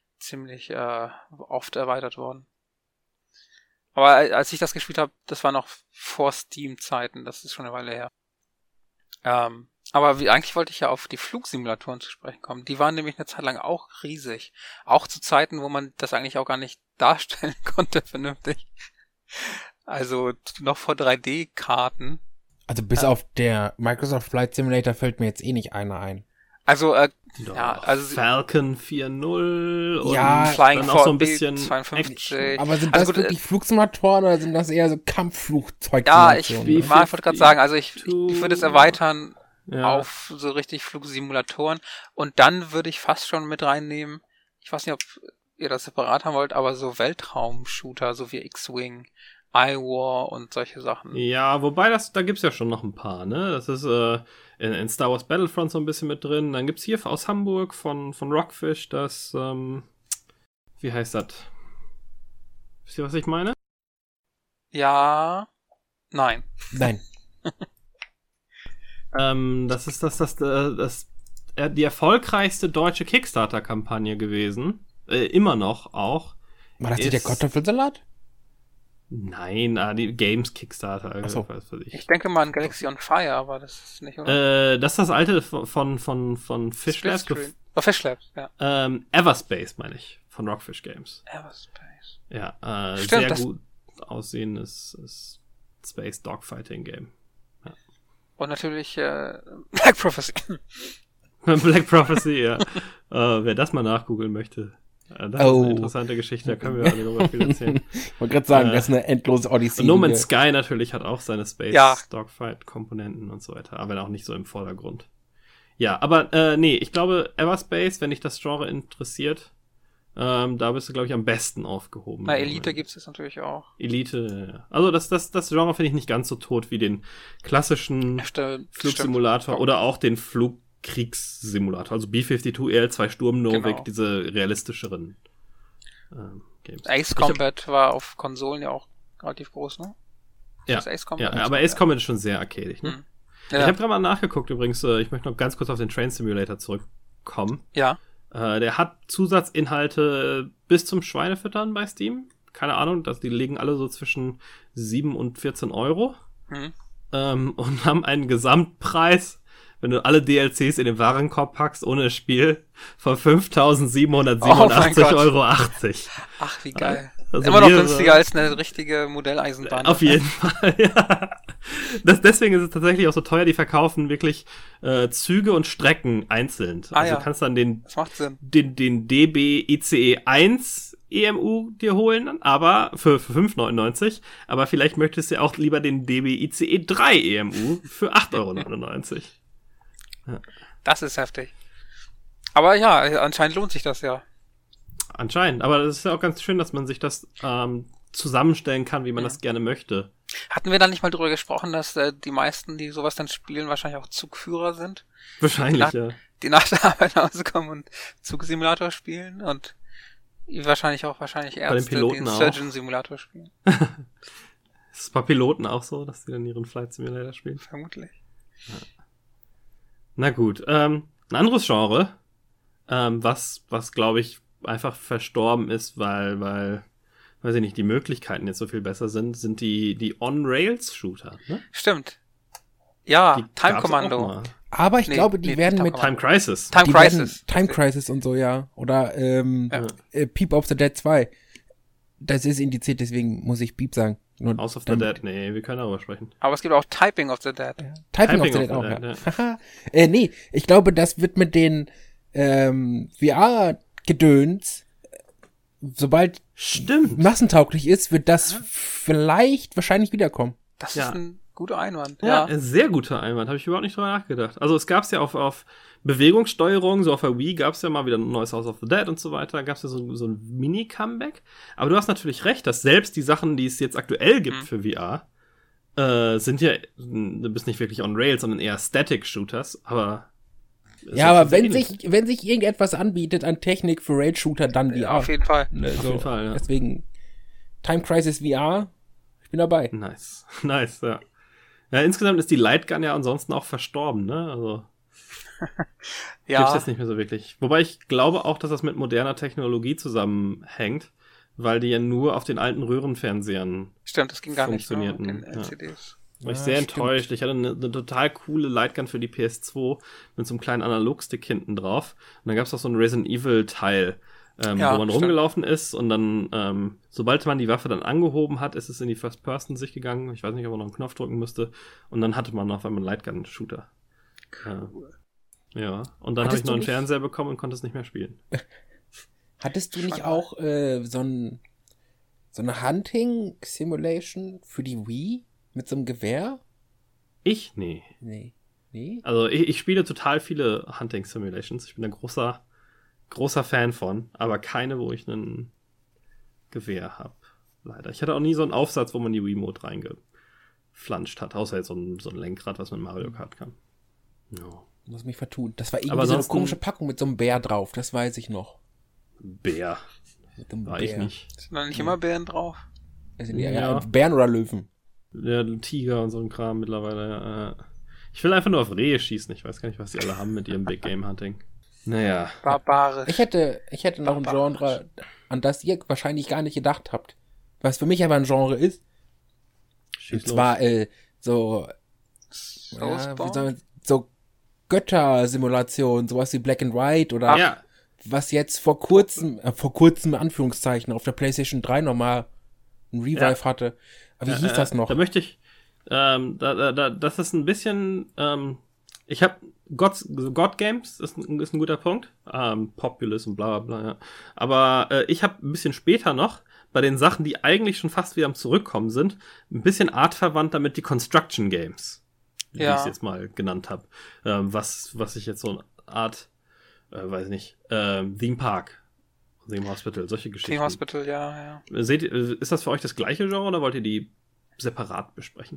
C: oft erweitert worden. Aber als ich das gespielt habe, das war noch vor Steam-Zeiten, das ist schon eine Weile her. Aber eigentlich wollte ich ja auf die Flugsimulatoren zu sprechen kommen. Die waren nämlich eine Zeit lang auch riesig. Auch zu Zeiten, wo man das eigentlich auch gar nicht darstellen konnte vernünftig. Also noch vor 3D-Karten.
B: Also bis auf der Microsoft Flight Simulator fällt mir jetzt nicht einer ein.
C: Also,
A: Falcon 4.0 und
C: Flying
A: dann auch so ein bisschen
C: 52.
B: Aber sind das wirklich Flugsimulatoren oder sind das eher so Kampfflugzeug?
C: Ja, ich wollte gerade sagen, also ich würde es erweitern auf so richtig Flugsimulatoren und dann würde ich fast schon mit reinnehmen, ich weiß nicht, ob ihr das separat haben wollt, aber so Weltraum-Shooter, so wie X-Wing, iWar und solche Sachen.
A: Ja, wobei da gibt's ja schon noch ein paar, ne? Das ist in Star Wars Battlefront so ein bisschen mit drin. Dann gibt's hier aus Hamburg von Rockfish das, wie heißt das? Wisst ihr, was ich meine?
C: Ja, nein.
A: Das ist die erfolgreichste deutsche Kickstarter-Kampagne gewesen. Immer noch auch.
B: War das nicht der Kartoffelsalat?
A: Nein, die Games Kickstarter.
B: So.
C: Ich denke mal an Galaxy on Fire, aber das ist nicht, oder?
A: Das ist das alte von Fish Labs.
C: Fish Labs, ja.
A: Everspace, meine ich, von Rockfish Games.
C: Everspace.
A: Ja,
C: Stimmt,
A: sehr gut aussehendes Space Dogfighting Game. Ja.
C: Und natürlich Black Prophecy.
A: Black Prophecy, ja. Wer das mal nachgoogeln möchte. Das ist eine interessante Geschichte, da können wir alle noch viel erzählen.
B: Ich wollte gerade sagen, das ist eine endlose Odyssee.
A: No Man's Sky natürlich hat auch seine Space-Dogfight-Komponenten und so weiter, aber auch nicht so im Vordergrund. Ja, aber ich glaube, Everspace, wenn dich das Genre interessiert, da bist du, glaube ich, am besten aufgehoben.
C: Bei Elite gibt es natürlich auch.
A: Elite, ja. Also das Genre finde ich nicht ganz so tot wie den klassischen Flugsimulator oder auch den Flugkriegssimulator, also B-52 EL2 Sturm Novik, diese realistischeren Games.
C: Ace Combat war auf Konsolen ja auch relativ groß, ne?
A: Ja, aber Ace Combat ist schon sehr arcadisch, ne? Ja. Ich habe gerade mal nachgeguckt übrigens, ich möchte noch ganz kurz auf den Train Simulator zurückkommen.
C: Ja.
A: Der hat Zusatzinhalte bis zum Schweinefüttern bei Steam. Keine Ahnung, die liegen alle so zwischen 7 und 14 Euro. Und haben einen Gesamtpreis, wenn du alle DLCs in den Warenkorb packst, ohne das Spiel, von 5.787,80 Euro.
C: Ach, wie geil.
A: Also
C: immer noch günstiger als eine richtige Modelleisenbahn.
A: Auf jeden Fall, ja. Deswegen ist es tatsächlich auch so teuer, die verkaufen wirklich Züge und Strecken einzeln. Also du kannst dann
C: das macht Sinn.
A: den DB ICE 1 EMU dir holen, aber für 5,99, aber vielleicht möchtest du auch lieber den DB ICE 3 EMU für 8,99 Euro. Ja.
C: Das ist heftig. Aber ja, anscheinend lohnt sich das ja.
A: Anscheinend, aber das ist ja auch ganz schön, dass man sich das zusammenstellen kann, wie man das gerne möchte.
C: Hatten wir da nicht mal drüber gesprochen, dass die meisten, die sowas dann spielen, wahrscheinlich auch Zugführer sind?
A: Wahrscheinlich,
C: die nach der Arbeit nach Hause kommen und Zugsimulator spielen und wahrscheinlich Ärzte, die den Surgeon-Simulator spielen.
A: Ist es bei Piloten auch so, dass die dann ihren Flight Simulator spielen?
C: Vermutlich.
A: Ja. Na gut, ein anderes Genre, was glaube ich einfach verstorben ist, weil, weiß ich nicht, die Möglichkeiten jetzt so viel besser sind die On-Rails-Shooter, ne?
C: Stimmt. Ja, Time Commando.
B: Aber ich glaube, die werden mit
A: Time Crisis.
B: Time Crisis und so, ja. Oder Peep of the Dead 2. Das ist indiziert, deswegen muss ich Peep sagen. Nur
A: House of the Dead, nee, wir können darüber sprechen.
C: Aber es gibt auch Typing of the Dead.
B: Ja. Typing of the Dead auch, ja. Nee, ich glaube, das wird mit den VR-Gedöns, sobald massentauglich ist, wird das wahrscheinlich wiederkommen.
C: Das ist ein guter Einwand.
A: Ja, ein sehr guter Einwand. Habe ich überhaupt nicht drüber nachgedacht. Also es gab es ja auf Bewegungssteuerung, so auf der Wii gab es ja mal wieder ein neues House of the Dead und so weiter. Gab es ja so ein Mini-Comeback. Aber du hast natürlich recht, dass selbst die Sachen, die es jetzt aktuell gibt für VR, sind ja, du bist nicht wirklich on Rails, sondern eher Static-Shooters. Aber
B: ja, aber wenn sich irgendetwas anbietet an Technik für Rail-Shooter, dann VR.
C: Auf jeden Fall.
A: Auf jeden Fall, ja.
B: Deswegen Time Crisis VR, ich bin dabei.
A: Nice, ja. Ja, insgesamt ist die Lightgun ja ansonsten auch verstorben, ne? Also gibt's jetzt nicht mehr so wirklich. Wobei ich glaube auch, dass das mit moderner Technologie zusammenhängt, weil die ja nur auf den alten Röhrenfernsehern
C: Stimmt, das ging gar nicht
A: funktionierten.
C: Mit den LCDs.
A: War ich sehr enttäuscht. Ich hatte eine total coole Lightgun für die PS2 mit so einem kleinen Analogstick hinten drauf. Und dann gab's auch so ein Resident Evil Teil, wo man rumgelaufen ist und dann, sobald man die Waffe dann angehoben hat, ist es in die First-Person-Sicht gegangen. Ich weiß nicht, ob man noch einen Knopf drücken müsste. Und dann hatte man auf einmal einen Lightgun-Shooter.
C: Cool.
A: Ja, und dann habe ich noch einen Fernseher bekommen und konnte es nicht mehr spielen.
B: Hattest du nicht auch so eine Hunting-Simulation für die Wii mit so einem Gewehr?
A: Nee.
B: Nee.
A: Also ich spiele total viele Hunting-Simulations. Ich bin ein großer Fan von, aber keine, wo ich ein Gewehr habe. Leider. Ich hatte auch nie so einen Aufsatz, wo man die Wiimote reingeflanscht hat, außer jetzt so ein Lenkrad, was mit Mario Kart kann. Ja.
B: Muss mich vertun. Das war irgendwie so eine komische Packung mit so einem Bär drauf, das weiß ich noch.
A: Bär. War ich nicht.
C: Sind da nicht immer Bären drauf?
B: Also, ja, Bären oder Löwen?
A: Ja, Tiger und so ein Kram mittlerweile. Ich will einfach nur auf Rehe schießen. Ich weiß gar nicht, was die alle haben mit ihrem Big Game Hunting. Naja.
C: Barbarisch.
B: Ich hätte noch ein Genre, an das ihr wahrscheinlich gar nicht gedacht habt. Was für mich aber ein Genre ist. Und zwar so Götter-Simulation, sowas wie Black and White oder was jetzt vor kurzem Anführungszeichen auf der PlayStation 3 nochmal ein Revive hatte. Aber wie hieß das noch?
A: Da möchte ich das ist ein bisschen ich habe God Games ist ein guter Punkt. Populous und bla bla bla, ja. Aber ich habe ein bisschen später noch bei den Sachen, die eigentlich schon fast wieder am Zurückkommen sind, ein bisschen artverwandt damit die Construction Games, wie ich es jetzt mal genannt habe. Was ich jetzt so eine Art, weiß nicht, Theme Park, Theme Hospital, solche Geschichten.
C: Theme Hospital, ja.
A: Ist das für euch das gleiche Genre oder wollt ihr die separat besprechen?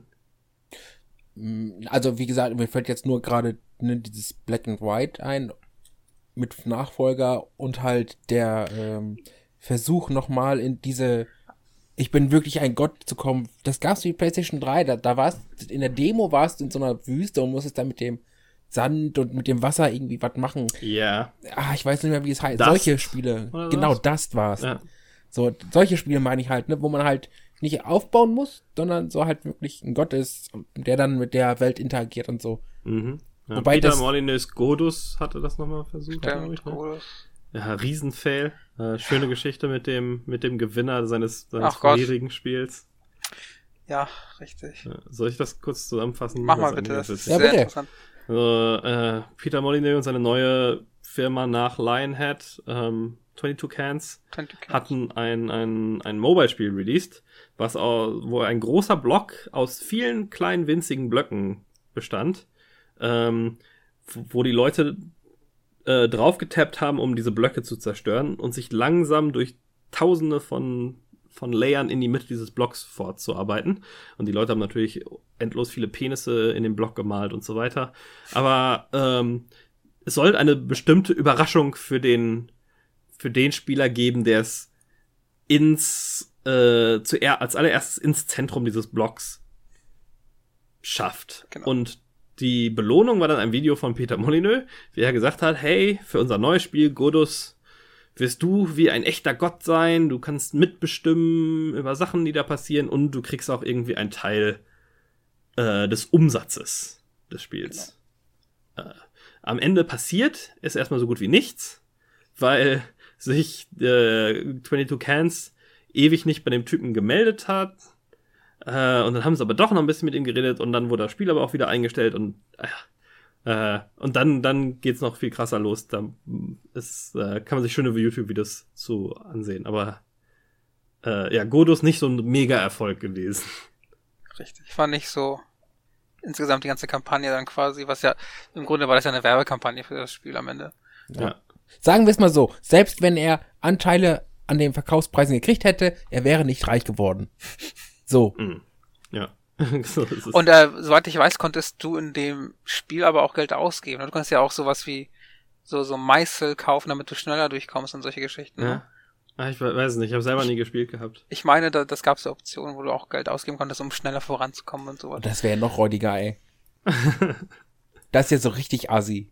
B: Also wie gesagt, mir fällt jetzt nur gerade dieses Black and White ein mit Nachfolger und halt der Versuch nochmal in diese ich bin wirklich ein Gott zu kommen. Das gab's für die PlayStation 3, da war's, in der Demo warst du in so einer Wüste und musstest dann mit dem Sand und mit dem Wasser irgendwie was machen.
A: Ja.
B: Ich weiß nicht mehr, wie es heißt.
A: Dust?
B: Solche Spiele. Genau, Dust war's. Ja. So, solche Spiele meine ich halt, ne, wo man halt nicht aufbauen muss, sondern so halt wirklich ein Gott ist, der dann mit der Welt interagiert und so.
A: Mhm. Ja,
B: Wobei
A: Peter Molyneux Godus hatte das nochmal versucht,
C: glaube
A: ich.
C: Ne?
A: Ja, Riesenfail. Schöne Geschichte mit dem Gewinner seines vorherigen Spiels.
C: Ja, richtig.
A: Ja, soll ich das kurz zusammenfassen?
C: Mach mal bitte, das ist
B: sehr
C: bitte. Interessant.
A: Peter Molyneux und seine neue Firma nach Lionhead, 22 Cans, hatten ein Mobile-Spiel released, wo ein großer Block aus vielen kleinen winzigen Blöcken bestand, wo die Leute drauf getappt haben, um diese Blöcke zu zerstören und sich langsam durch tausende von Layern in die Mitte dieses Blocks fortzuarbeiten. Und die Leute haben natürlich endlos viele Penisse in den Block gemalt und so weiter. Aber es soll eine bestimmte Überraschung für den Spieler geben, der es als allererstes ins Zentrum dieses Blocks schafft.
C: Genau.
A: Und die Belohnung war dann ein Video von Peter Molyneux, wie er gesagt hat, hey, für unser neues Spiel, Godus, wirst du wie ein echter Gott sein, du kannst mitbestimmen über Sachen, die da passieren und du kriegst auch irgendwie einen Teil des Umsatzes des Spiels. am Ende passiert, ist erstmal so gut wie nichts, weil sich 22 Cans ewig nicht bei dem Typen gemeldet hat. Und dann haben sie aber doch noch ein bisschen mit ihm geredet und dann wurde das Spiel aber auch wieder eingestellt und dann geht's noch viel krasser los. Da kann man sich schöne YouTube-Videos zu ansehen. Aber Godot ist nicht so ein Mega-Erfolg gewesen.
C: Richtig. War nicht so insgesamt die ganze Kampagne dann quasi, was ja, im Grunde war das ja eine Werbekampagne für das Spiel am Ende.
B: Ja. Sagen wir es mal so, selbst wenn er Anteile an den Verkaufspreisen gekriegt hätte, er wäre nicht reich geworden. So.
A: Ja. So ist es.
C: Und soweit ich weiß, konntest du in dem Spiel aber auch Geld ausgeben. Du konntest ja auch sowas wie so Meißel kaufen, damit du schneller durchkommst und solche Geschichten.
A: Ja.
C: Ne?
A: Ich weiß nicht, ich habe selber nie gespielt gehabt.
C: Ich meine, das gab es ja Optionen, wo du auch Geld ausgeben konntest, um schneller voranzukommen und sowas.
B: Das wäre noch räudiger, ey. Das ist ja so richtig assi.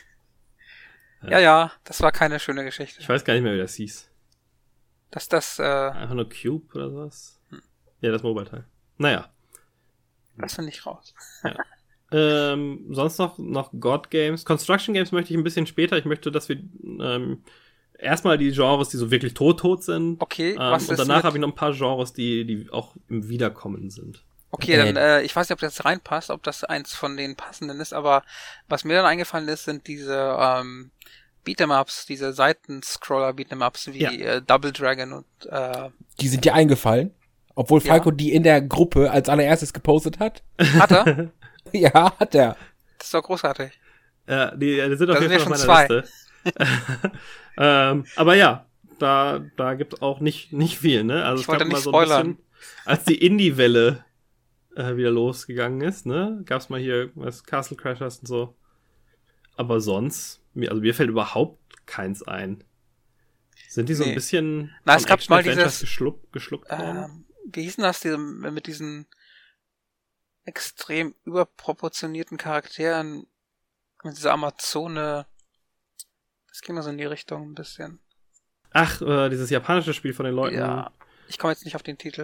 C: Ja, das war keine schöne Geschichte.
A: Ich weiß gar nicht mehr, wie das hieß.
C: Einfach
A: nur Cube oder sowas? Ja, das Mobile-Teil. Naja.
C: Das finde ich raus.
A: Ja. Sonst noch God Games. Construction Games möchte ich ein bisschen später. Ich möchte, dass wir erstmal die Genres, die so wirklich tot sind.
C: Okay,
A: was und danach habe ich noch ein paar Genres, die auch im Wiederkommen sind.
C: Okay, dann, ich weiß nicht, ob das reinpasst, ob das eins von den passenden ist, aber was mir dann eingefallen ist, sind diese Beat'em-Ups, diese Seitenscroller-Beat'em-Ups wie Double Dragon und
B: Die sind dir eingefallen? Obwohl Falco die in der Gruppe als allererstes gepostet hat?
C: Hat er?
B: Ja, hat er.
C: Das ist doch großartig.
A: Ja, die sind auf
C: Da
A: jeden
C: sind
A: Fall auf
C: wir
A: meiner
C: schon
A: Liste. Aber ja, da gibt's auch nicht viel, ne? Also
C: ich wollte nicht
A: mal so
C: spoilern.
A: ein bisschen, als die Indie-Welle wieder losgegangen ist, ne? Gab's mal hier Castle Crashers und so. Aber sonst, mir fällt überhaupt keins ein. Sind die so ein bisschen
C: es gab mal dieses
A: geschluckt worden?
C: Wie hieß denn das, mit diesen extrem überproportionierten Charakteren, mit dieser Amazone, das ging mal so in die Richtung ein bisschen.
A: Ach, dieses japanische Spiel von den Leuten.
C: Ja, ich komme jetzt nicht auf den Titel.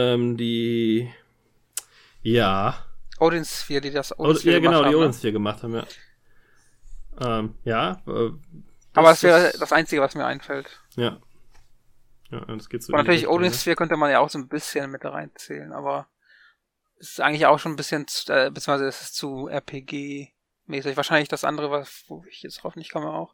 C: Odin Sphere, die das
A: Odin Sphere gemacht haben. Die Odin Sphere gemacht haben, ja.
C: Aber das wäre das Einzige, was mir einfällt.
A: Ja. Ja, das geht so.
C: Und natürlich Odin Sphere könnte man ja auch so ein bisschen mit reinzählen, aber es ist eigentlich auch schon ein bisschen, beziehungsweise es ist zu RPG-mäßig. Wahrscheinlich das andere, wo ich jetzt drauf nicht komme, auch.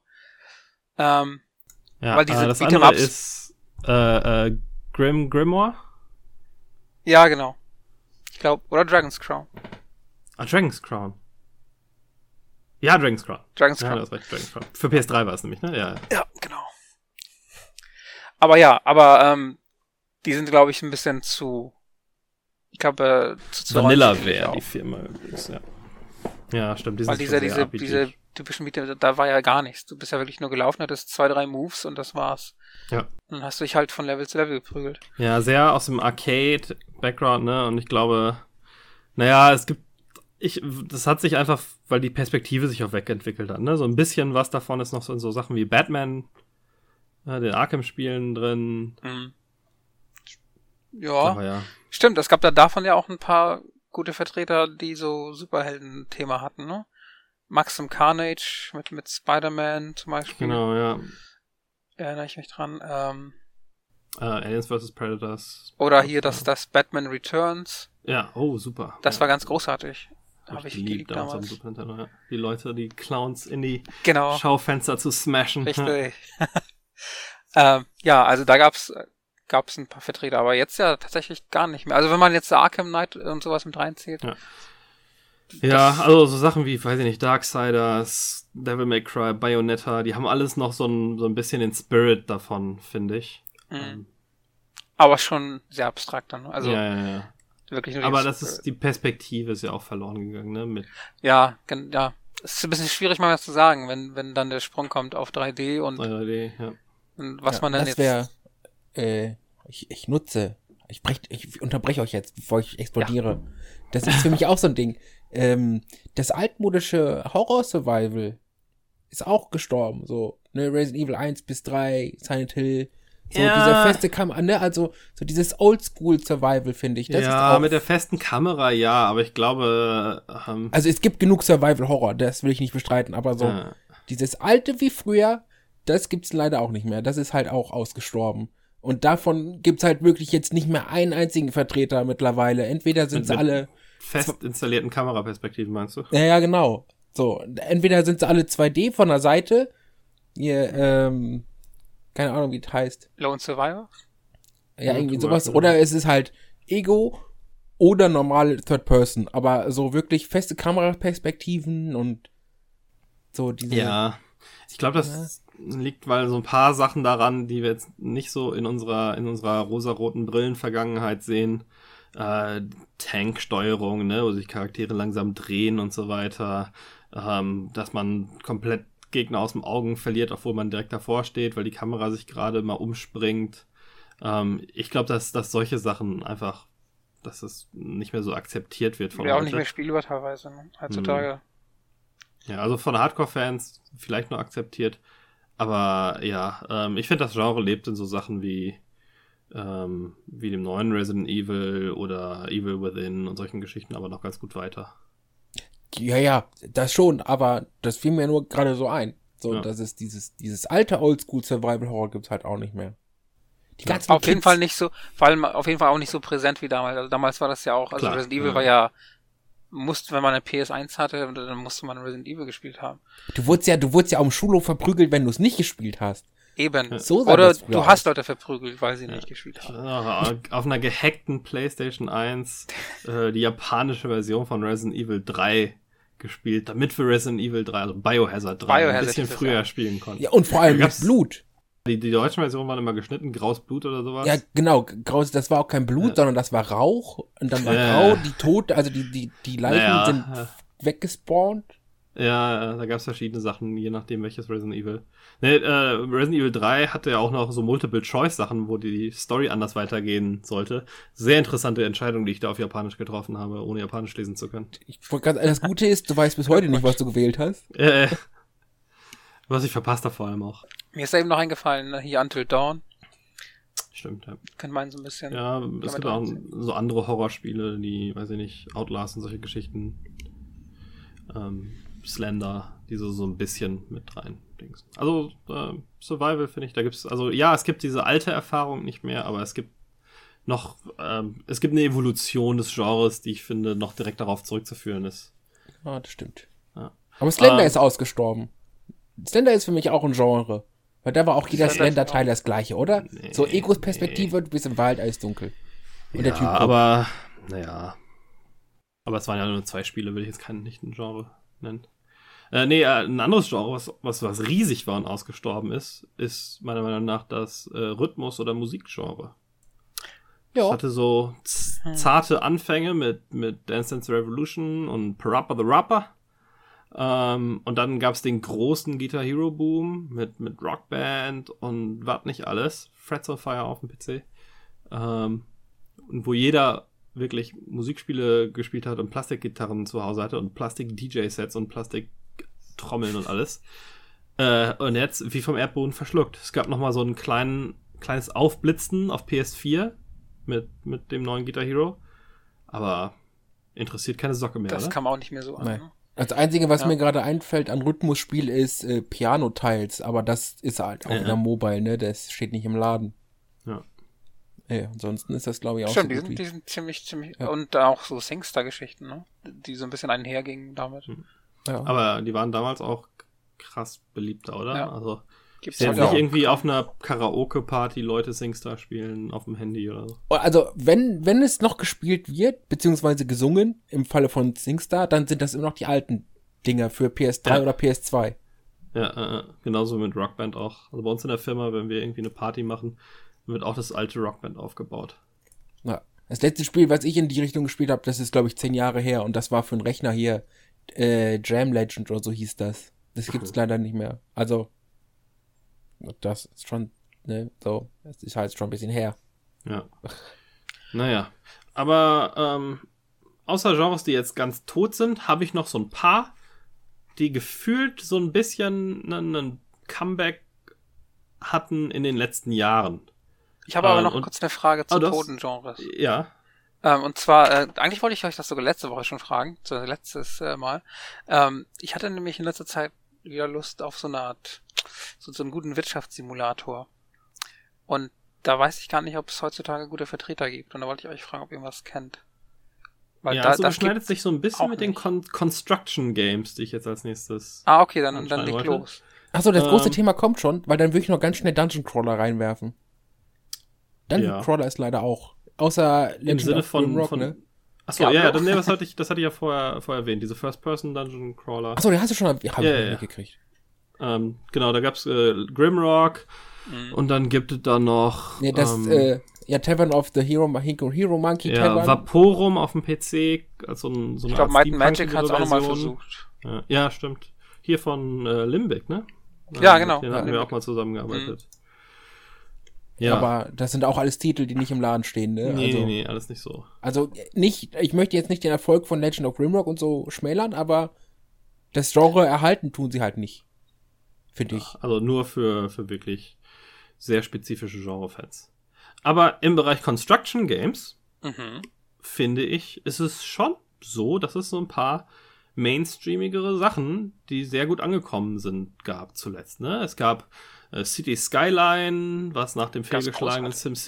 C: Weil diese
A: das andere ist Grimoire?
C: Ja, genau. Ich glaube, oder Dragon's Crown.
A: Dragon's Crown. Ja, Dragon's Crown.
C: Ja,
A: das war Dragon's Crown. Für PS3 war es nämlich, ne?
C: Ja, genau. Aber die sind, glaube ich, ein bisschen zu, ich glaube, zu
A: Vanillaware, die Firma übrigens, ja. Ja, stimmt.
C: Weil diese typischen Miete, da war ja gar nichts. Du bist ja wirklich nur gelaufen, hattest 2-3 Moves und das war's. Ja. Und dann hast du dich halt von Level zu Level geprügelt.
A: Ja, sehr aus dem Arcade-Background, ne? Und ich glaube, naja, das hat sich einfach, weil die Perspektive sich auch wegentwickelt hat, ne? So ein bisschen was davon ist noch so in so Sachen wie Batman, den Arkham-Spielen drin.
C: Mhm. Ja, stimmt. Es gab davon ja auch ein paar gute Vertreter, die so Superhelden-Thema hatten, ne? Maxim Carnage mit Spider-Man zum Beispiel.
A: Genau, ja.
C: Erinnere ich mich dran.
A: Aliens vs. Predators.
C: Oder hier das Batman Returns.
A: Ja, oh, super.
C: Das war ganz großartig. Habe ich geliebt damals.
A: Super Nintendo, ja. Die Leute, die Clowns in die
C: Schaufenster
A: zu smashen.
C: Richtig. Also da gab's ein paar Vertreter, aber jetzt ja tatsächlich gar nicht mehr. Also wenn man jetzt Arkham Knight und sowas mit reinzählt.
A: Ja, also so Sachen wie, weiß ich nicht, Darksiders, Devil May Cry, Bayonetta, die haben alles noch so ein bisschen den Spirit davon, finde ich.
C: Mhm. Aber schon sehr abstrakt dann. Also
A: ja.
C: Wirklich nur
A: aber die Perspektive ist ja auch verloren gegangen, ne?
C: Ja. Es ist ein bisschen schwierig mal zu sagen, wenn dann der Sprung kommt auf 3D und
A: 3D, ja.
C: Und was man dann
B: das jetzt... Ich unterbreche euch jetzt, bevor ich explodiere. Ja. Das ist für mich auch so ein Ding. Das altmodische Horror-Survival ist auch gestorben. So, ne, Resident Evil 1 bis 3, Silent Hill, So dieser feste Kamera, ne, also so dieses Oldschool-Survival, finde ich. Das ist auch
A: mit der festen Kamera, ja, aber ich glaube...
B: also es gibt genug Survival-Horror, das will ich nicht bestreiten, aber so dieses alte wie früher, das gibt's leider auch nicht mehr. Das ist halt auch ausgestorben. Und davon gibt's halt wirklich jetzt nicht mehr einen einzigen Vertreter mittlerweile. Entweder sind sie alle...
A: Fest installierten Kameraperspektiven, meinst du?
B: Ja, genau. So, entweder sind sie alle 2D von der Seite, hier, keine Ahnung, wie das heißt.
C: Lone Survivor?
B: Ja, irgendwie sowas. Oder es ist halt Ego oder normale Third Person. Aber so wirklich feste Kameraperspektiven und so diese...
A: Ja, ich glaube, das liegt, weil so ein paar Sachen daran, die wir jetzt nicht so in unserer rosaroten Brillen-Vergangenheit sehen. Tanksteuerung, ne, wo sich Charaktere langsam drehen und so weiter. Dass man komplett Gegner aus dem Augen verliert, obwohl man direkt davor steht, weil die Kamera sich gerade mal umspringt. Ich glaube, dass solche Sachen einfach, dass es nicht mehr so akzeptiert wird von
C: Leuten. Ja, auch nicht mehr spielbar teilweise, ne? Heutzutage.
A: Ja, also von Hardcore-Fans vielleicht nur akzeptiert. Aber ja, ich finde, das Genre lebt in so Sachen wie dem neuen Resident Evil oder Evil Within und solchen Geschichten aber noch ganz gut weiter.
B: Ja, das schon, aber das fiel mir nur gerade so ein. So, dass es dieses alte Oldschool-Survival-Horror gibt's halt auch nicht mehr. Die ganzen
C: auf jeden Fall nicht so, vor allem auf jeden Fall auch nicht so präsent wie damals. Also damals war das ja auch, also Resident Evil war ja, wenn man eine PS1 hatte, dann musste man Resident Evil gespielt haben.
B: Du wurdest ja auf dem Schulhof verprügelt, wenn du es nicht gespielt hast.
C: Eben.
B: So
C: oder du hast Leute verprügelt, weil sie nicht gespielt haben.
A: Auf einer gehackten PlayStation 1 die japanische Version von Resident Evil 3 gespielt, damit wir Resident Evil 3, also Biohazard 3, ein bisschen früher spielen konnten.
B: Ja, und vor allem mit Blut.
A: Die deutschen Versionen waren immer geschnitten, graues Blut oder sowas.
B: Ja, genau, graues, das war auch kein Blut, sondern das war Rauch. Und dann war grau, die Tote, also die Leichen sind weggespawnt.
A: Ja, da gab es verschiedene Sachen, je nachdem welches Resident Evil. Resident Evil 3 hatte ja auch noch so Multiple-Choice-Sachen, wo die Story anders weitergehen sollte. Sehr interessante Entscheidung, die ich da auf Japanisch getroffen habe, ohne Japanisch lesen zu können.
B: Das Gute ist, du weißt bis heute nicht, was du gewählt hast.
A: Was ich verpasst habe vor allem auch.
C: Mir ist da eben noch eingefallen, hier Until Dawn.
A: Stimmt, ja.
C: Könnte man so ein bisschen...
A: Ja, es gibt auch so andere Horrorspiele, die, weiß ich nicht, Outlast und solche Geschichten. Slender, die so ein bisschen mit rein dingsen. Also Survival finde ich, da gibt's, also ja, es gibt diese alte Erfahrung nicht mehr, aber es gibt noch, es gibt eine Evolution des Genres, die ich finde, noch direkt darauf zurückzuführen ist.
B: Ah, das stimmt.
A: Ja.
B: Aber Slender ist ausgestorben. Slender ist für mich auch ein Genre. Weil da war auch jeder Slender-Teil das gleiche, oder? Nee, so Egos Perspektive, du bist im Wald, alles dunkel. Und
A: der Typ aber, naja. Aber es waren ja nur 2 Spiele, will ich jetzt nicht ein Genre nennen. Ein anderes Genre, was riesig war und ausgestorben ist meiner Meinung nach das Rhythmus- oder Musikgenre. Ja. Das hatte so zarte Anfänge mit Dance Dance Revolution und Parappa the Rapper. Und dann gab es den großen Guitar Hero Boom mit Rockband und was nicht alles. Frets of Fire auf dem PC. Und wo jeder wirklich Musikspiele gespielt hat und Plastikgitarren zu Hause hatte und Plastik-DJ-Sets und Plastiktrommeln und alles. Und jetzt wie vom Erdboden verschluckt. Es gab nochmal so ein kleines Aufblitzen auf PS4 mit dem neuen Guitar Hero. Aber interessiert keine Socke mehr,
C: das
A: oder?
C: Kam auch nicht mehr so an. Ne?
B: Das Einzige, was mir gerade einfällt an Rhythmusspiel ist Piano-Tiles. Aber das ist halt auch wieder Mobile, ne? Das steht nicht im Laden.
A: Ja.
B: Ja, ansonsten ist das, glaube ich, auch
C: stimmt,
B: so
C: die sind ziemlich, und auch so Singstar-Geschichten, ne? Die so ein bisschen einhergingen damit.
A: Ja. Aber die waren damals auch krass beliebter, oder?
C: Ja.
A: Also,
C: gibt's
A: jetzt nicht irgendwie auf einer Karaoke-Party Leute Singstar spielen auf dem Handy oder so.
B: Also, wenn es noch gespielt wird, beziehungsweise gesungen, im Falle von Singstar, dann sind das immer noch die alten Dinger für PS3 oder PS2.
A: Ja, genauso mit Rockband auch. Also bei uns in der Firma, wenn wir irgendwie eine Party machen, wird auch das alte Rockband aufgebaut.
B: Ja. Das letzte Spiel, was ich in die Richtung gespielt habe, das ist, glaube ich, 10 Jahre her. Und das war für einen Rechner hier. Jam Legend oder so hieß das. Das gibt's leider nicht mehr. Also, das ist schon, ne, so. Das ist halt schon ein bisschen her.
A: Ja. Naja. Aber, außer Genres, die jetzt ganz tot sind, habe ich noch so ein paar, die gefühlt so ein bisschen einen Comeback hatten in den letzten Jahren.
C: Ich habe aber noch
A: und-
C: kurz eine Frage zu
A: du hast-
C: Totengenres.
A: Ja.
C: Und zwar, eigentlich wollte ich euch das sogar letzte Woche schon fragen, so letztes Mal. Ich hatte nämlich in letzter Zeit wieder Lust auf so eine Art, so einen guten Wirtschaftssimulator. Und da weiß ich gar nicht, ob es heutzutage gute Vertreter gibt. Und da wollte ich euch fragen, ob ihr was kennt. Weil
A: Ja,
C: da,
A: also
C: das
A: überschneidet
C: gibt's
A: sich so ein bisschen
C: auch
A: mit den
C: nicht.
A: Construction Games, die ich jetzt als nächstes...
C: Ah, okay, dann
A: anschneiden
C: leg
A: wollte.
C: los.
B: Achso, das große
A: Ähm,
B: Thema kommt schon, weil dann würde ich noch ganz schnell Dungeon Crawler reinwerfen. Dungeon
A: Ja.
B: Crawler ist leider auch. Außer
A: Im Sinne von...
B: Grimrock,
A: von
B: ne?
A: Achso,
C: Ja,
A: ja,
C: aber-
A: nee, das hatte ich ja vorher erwähnt, diese First-Person-Dungeon-Crawler.
B: Achso, den hast du schon hab ich
A: Ja, ja.
B: mitgekriegt.
A: Genau, da gab's Grimrock und dann gibt es da noch
B: Nee, das, Tavern of the Hero Monkey
A: ja,
B: Tavern.
A: Vaporum auf dem PC, also so eine
C: Ich glaube, Might and Magic hat es auch nochmal
A: Version.
C: versucht.
A: Ja, stimmt. Hier von Limbic, ne?
C: Ja, genau.
A: Den hatten wir
C: Limbic.
A: auch mal zusammengearbeitet. Ja,
B: Aber das sind auch alles Titel, die nicht im Laden stehen, ne?
A: nee, alles nicht so.
B: Also nicht, ich möchte jetzt nicht den Erfolg von Legend of Grimrock und so schmälern, aber das Genre erhalten tun sie halt nicht. Finde ich.
A: Also nur für wirklich sehr spezifische Genre-Fans. Aber im Bereich Construction Games,
C: Mhm.
A: finde ich, ist es schon so, dass es so ein paar mainstreamigere Sachen, die sehr gut angekommen sind, gab zuletzt. Ne? Es gab City Skyline, was nach dem
C: Ganz
A: fehlgeschlagenen
C: großartig.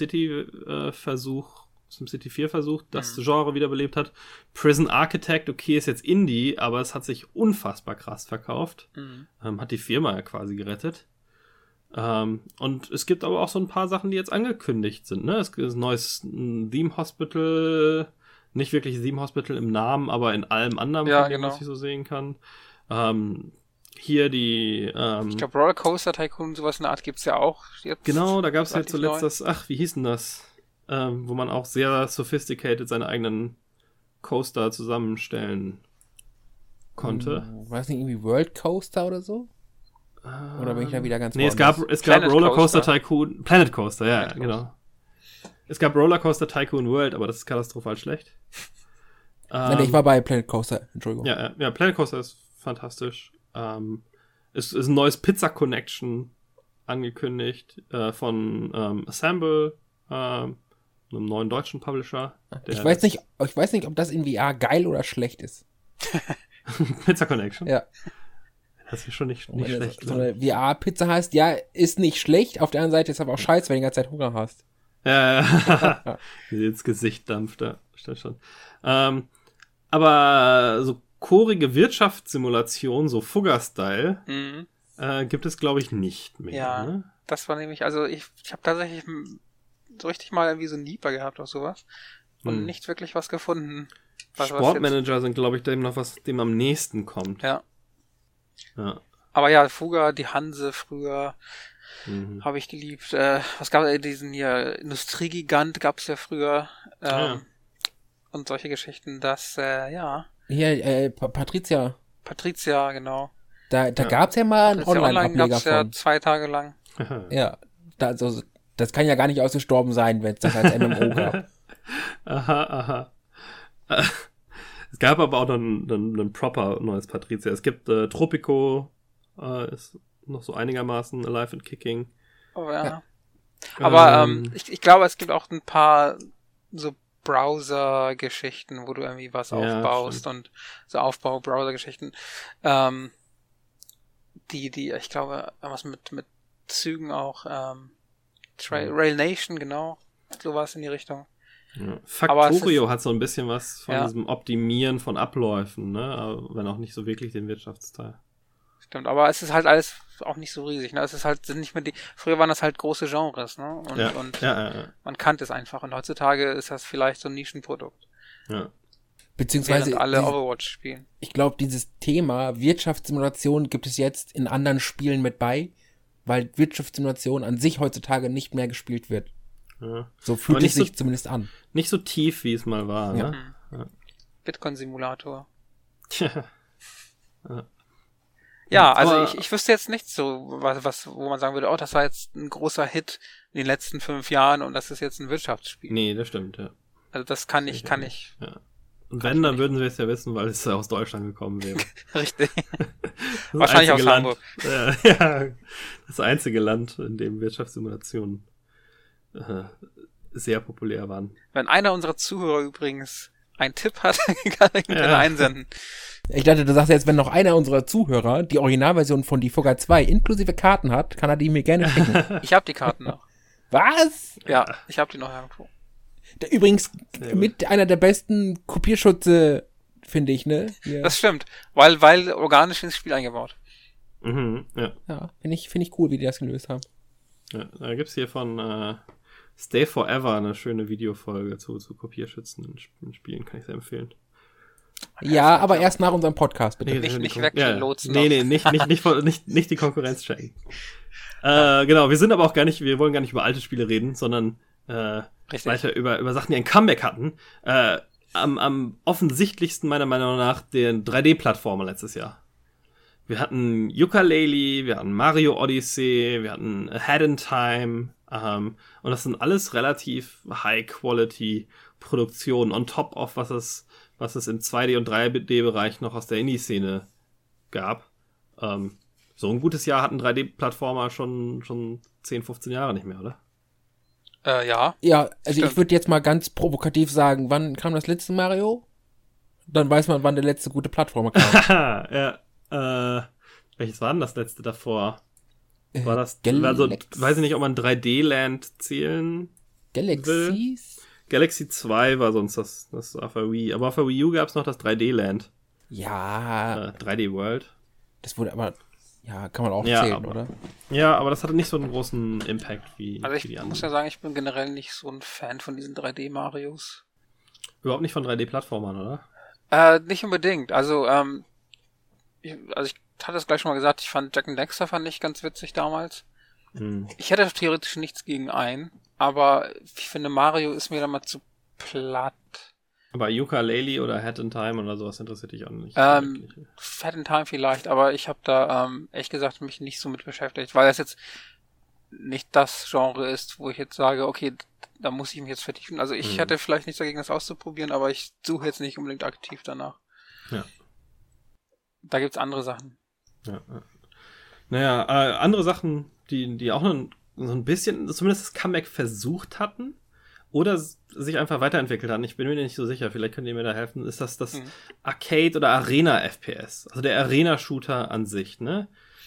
A: SimCity 4 Versuch, das Genre wiederbelebt hat. Prison Architect, okay, ist jetzt Indie, aber es hat sich unfassbar krass verkauft.
C: Mhm.
A: Hat die Firma ja quasi gerettet. Und es gibt aber auch so ein paar Sachen, die jetzt angekündigt sind. Ne? Es gibt ein neues Theme Hospital, nicht wirklich Theme Hospital im Namen, aber in allem anderen,
C: Ja,
A: von dem,
C: genau.
A: was ich so sehen kann. Hier die,
C: Ich glaube, Rollercoaster Tycoon, sowas in der Art gibt's ja auch jetzt.
A: genau, da gab es jetzt
C: relativ
A: zuletzt das, wie hieß denn das? Wo man auch sehr sophisticated seine eigenen Coaster zusammenstellen konnte.
B: Weiß nicht, irgendwie World Coaster oder so? Oder bin ich da wieder ganz
A: Nee, es
B: woanders?
A: gab
C: Planet
A: Rollercoaster
C: Coaster.
A: Tycoon, Planet Coaster, ja,
C: Planet
A: genau. Es gab Rollercoaster Tycoon World, aber das ist katastrophal schlecht.
B: Nein, ich war bei Planet Coaster, Entschuldigung.
A: Ja, Planet Coaster ist fantastisch. Es ist ein neues Pizza Connection angekündigt von Assemble, einem neuen deutschen Publisher.
B: Ich weiß nicht, ob das in VR geil oder schlecht ist.
A: Pizza Connection?
B: Ja.
A: Das ist schon nicht
B: Wenn
A: schlecht.
B: so eine VR-Pizza heißt, ja, ist nicht schlecht. Auf der anderen Seite ist aber auch scheiße, wenn du die ganze Zeit Hunger hast.
A: Ja. Wie ins Gesicht dampft, da stimmt schon. Aber so chorige Wirtschaftssimulation, so Fugger-Style,
C: Mhm.
A: gibt es, glaube ich, nicht mehr.
C: Ja.
A: Ne?
C: Das war nämlich, also ich habe tatsächlich so richtig mal irgendwie so ein Nieper gehabt auf sowas und nicht wirklich was gefunden. Was jetzt,
A: Sportmanager sind, glaube ich, dem noch was, dem am nächsten kommt.
C: ja.
A: Ja.
C: Aber ja, Fuga, die Hanse früher
A: Mhm.
C: habe ich geliebt. Was gab es diesen hier? Industriegigant gab's ja früher.
A: Ja.
C: Und solche Geschichten, das, ja.
B: Hier, Patricia,
C: Patricia, genau.
B: da gab's ja mal einen
C: Patricia Online
B: Online-Ableger
C: gab's ja
B: von.
C: 2 Tage lang.
B: Ja, das kann ja gar nicht ausgestorben sein, wenn es das als MMO gab.
A: Aha. Es gab aber auch noch ein proper neues Patricia. Es gibt Tropico, ist noch so einigermaßen alive and kicking.
C: Oh, ja. Aber ich glaube, es gibt auch ein paar so Browser-Geschichten, wo du irgendwie was
A: Ja,
C: aufbaust
A: stimmt.
C: und so Aufbau-Browser-Geschichten. Die, ich glaube, was mit Zügen auch, Rail Nation, genau, sowas in die Richtung.
A: Ja.
C: Aber es
A: Factorio hat so ein bisschen was von
C: Ja.
A: diesem Optimieren von Abläufen, ne? Aber wenn auch nicht so wirklich den Wirtschaftsteil.
C: Stimmt, aber es ist halt alles auch nicht so riesig, ne? Es ist halt, sind nicht mehr früher waren das halt große Genres, ne? Und
A: Ja.
C: man kannte es einfach. Und heutzutage ist das vielleicht so ein Nischenprodukt.
A: Ja.
B: Beziehungsweise,
C: Während alle Overwatch spielen.
B: ich glaube, dieses Thema Wirtschaftssimulation gibt es jetzt in anderen Spielen mit bei, weil Wirtschaftssimulation an sich heutzutage nicht mehr gespielt wird.
A: Ja.
B: So fühlt
A: Aber
B: es
A: nicht so-
B: sich zumindest an.
A: Nicht so tief, wie es mal war,
B: Ja.
A: ne?
C: Bitcoin-Simulator.
A: Tja.
C: Ja, also
A: Aber-
C: ich wüsste jetzt nicht so, wo man sagen würde, oh, das war jetzt ein großer Hit in den letzten 5 Jahren und das ist jetzt ein Wirtschaftsspiel.
A: Nee, das stimmt, ja.
C: Also das kann ich,
A: Und wenn, dann würden wir es ja wissen, weil es aus Deutschland gekommen wäre.
C: richtig.
A: Das
C: Wahrscheinlich aus
A: einzige
C: Hamburg.
A: Ja, das einzige Land, in dem Wirtschaftssimulationen sehr populär waren.
C: Wenn einer unserer Zuhörer übrigens einen Tipp hat, kann er ihn gerne einsenden.
B: Ich dachte, du sagst jetzt, wenn noch einer unserer Zuhörer die Originalversion von Die Fugger 2 inklusive Karten hat, kann er die mir gerne schicken.
C: Ich habe die Karten noch.
B: Was?
C: Ja, ich habe die noch irgendwo.
B: Übrigens mit einer der besten Kopierschutze, finde ich, ne? Ja.
C: Das stimmt, weil organisch ins Spiel eingebaut.
B: Ja, finde ich cool, wie die das gelöst haben.
A: Ja, da gibt's hier von Stay Forever eine schöne Videofolge zu Kopierschützen in Spielen, kann ich sehr empfehlen.
B: Ja, aber erst nach unserem Podcast, bitte.
C: Nicht weglotsen.
A: Nee, nicht die Konkurrenz checken. Genau, wir wollen gar nicht über alte Spiele reden, sondern weiter über Sachen, die ein Comeback hatten. Am offensichtlichsten meiner Meinung nach den 3D-Plattformer letztes Jahr. Wir hatten Yooka-Laylee, wir hatten Mario Odyssey, wir hatten Ahead in Time, und das sind alles relativ High-Quality-Produktionen on top of was es im 2D- und 3D-Bereich noch aus der Indie-Szene gab. So ein gutes Jahr hatten 3D-Plattformer schon 10, 15 Jahre nicht mehr, oder?
C: Ja.
B: Ja, also ich würde jetzt mal ganz provokativ sagen, wann kam das letzte Mario? Dann weiß man, wann der letzte gute Plattformer kam.
A: Welches war denn das letzte davor? War das, weiß ich nicht, ob man 3D-Land zählen
B: Galaxies?
A: will. Galaxy 2 war sonst das auf der Wii. Aber auf der Wii U gab es noch das 3D-Land.
B: Ja.
A: 3D World.
B: Das wurde aber, ja, kann man auch zählen, oder?
A: Ja, aber das hatte nicht so einen großen Impact wie die anderen.
C: Also ich muss ja sagen, ich bin generell nicht so ein Fan von diesen 3D-Marios.
A: Überhaupt nicht von 3D-Plattformern, oder?
C: Nicht unbedingt. Also, ich hatte es gleich schon mal gesagt, ich fand Jack and Daxter fand ich ganz witzig damals. Ich hätte theoretisch nichts gegen einen, aber ich finde, Mario ist mir dann mal zu platt.
A: Aber Yooka-Laylee oder Ahead in Time oder sowas interessiert dich auch nicht.
C: Ahead in Time vielleicht, aber ich habe da ehrlich gesagt mich nicht so mit beschäftigt, weil das jetzt nicht das Genre ist, wo ich jetzt sage, okay, da muss ich mich jetzt vertiefen. Also ich hätte vielleicht nichts dagegen, das auszuprobieren, aber ich suche jetzt nicht unbedingt aktiv danach.
A: Ja.
C: Da gibt's andere Sachen.
A: Ja. Naja, andere Sachen, die auch so ein bisschen, zumindest das Comeback versucht hatten oder sich einfach weiterentwickelt hatten, ich bin mir nicht so sicher, vielleicht könnt ihr mir da helfen, ist das Arcade- oder Arena-FPS, also der Arena-Shooter an sich, ne?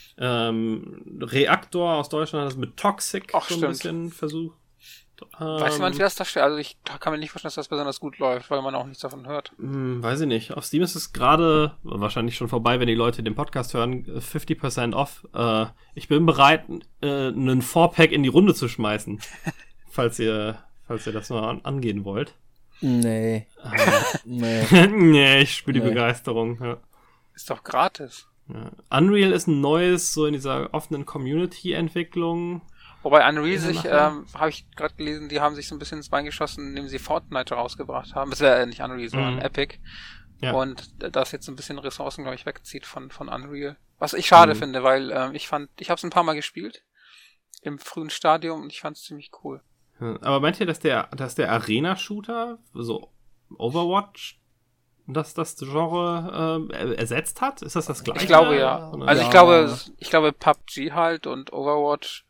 A: Reaktor aus Deutschland hat das mit Toxic ein bisschen versucht.
C: Weiß man, wie das da steht? Also ich kann mir nicht vorstellen, dass das besonders gut läuft, weil man auch nichts davon hört.
A: Weiß ich nicht. Auf Steam ist es gerade, wahrscheinlich schon vorbei, wenn die Leute den Podcast hören, 50% off. Ich bin bereit, einen 4-Pack in die Runde zu schmeißen, falls ihr das mal angehen wollt.
B: Nee.
A: Nee, ich spüre die Begeisterung. Ja.
C: Ist doch gratis.
A: Ja. Unreal ist ein neues, so in dieser offenen Community-Entwicklung.
C: Wobei Unreal sich, habe ich gerade gelesen, die haben sich so ein bisschen ins Bein geschossen, indem sie Fortnite rausgebracht haben. Das wäre nicht Unreal, sondern Epic. Ja. Und das jetzt ein bisschen Ressourcen, glaube ich, wegzieht von Unreal. Was ich schade finde, weil ich habe es ein paar Mal gespielt im frühen Stadium und ich fand es ziemlich cool.
A: Aber meint ihr, dass der Arena-Shooter, so Overwatch, das Genre ersetzt hat? Ist das gleiche?
C: Ich glaube ja. Also ich glaube PUBG halt und Overwatch.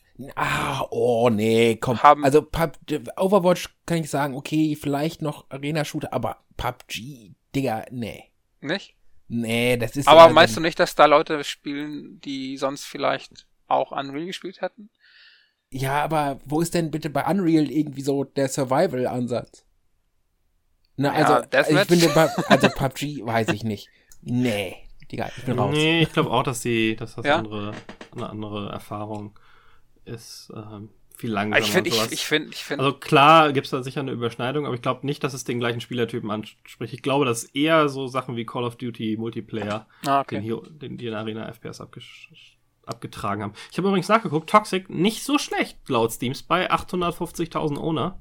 B: Nee, komm. Also Overwatch kann ich sagen, okay, vielleicht noch Arena-Shooter, aber PUBG, Digga, nee.
C: Nicht?
B: Nee, das ist...
C: Aber meinst du nicht, dass da Leute spielen, die sonst vielleicht auch Unreal gespielt hätten?
B: Ja, aber wo ist denn bitte bei Unreal irgendwie so der Survival-Ansatz? Na, also, ich finde, also PUBG weiß ich nicht. Nee, Digga, ich bin raus.
A: Nee, ich glaube auch, dass das eine andere Erfahrung ist, viel langsamer.
C: Ich finde.
A: Also klar gibt's da sicher eine Überschneidung, aber ich glaube nicht, dass es den gleichen Spielertypen anspricht. Ich glaube, dass eher so Sachen wie Call of Duty Multiplayer, den die in Arena FPS abgetragen haben. Ich habe übrigens nachgeguckt, Toxic nicht so schlecht laut Steams bei 850.000 Owner.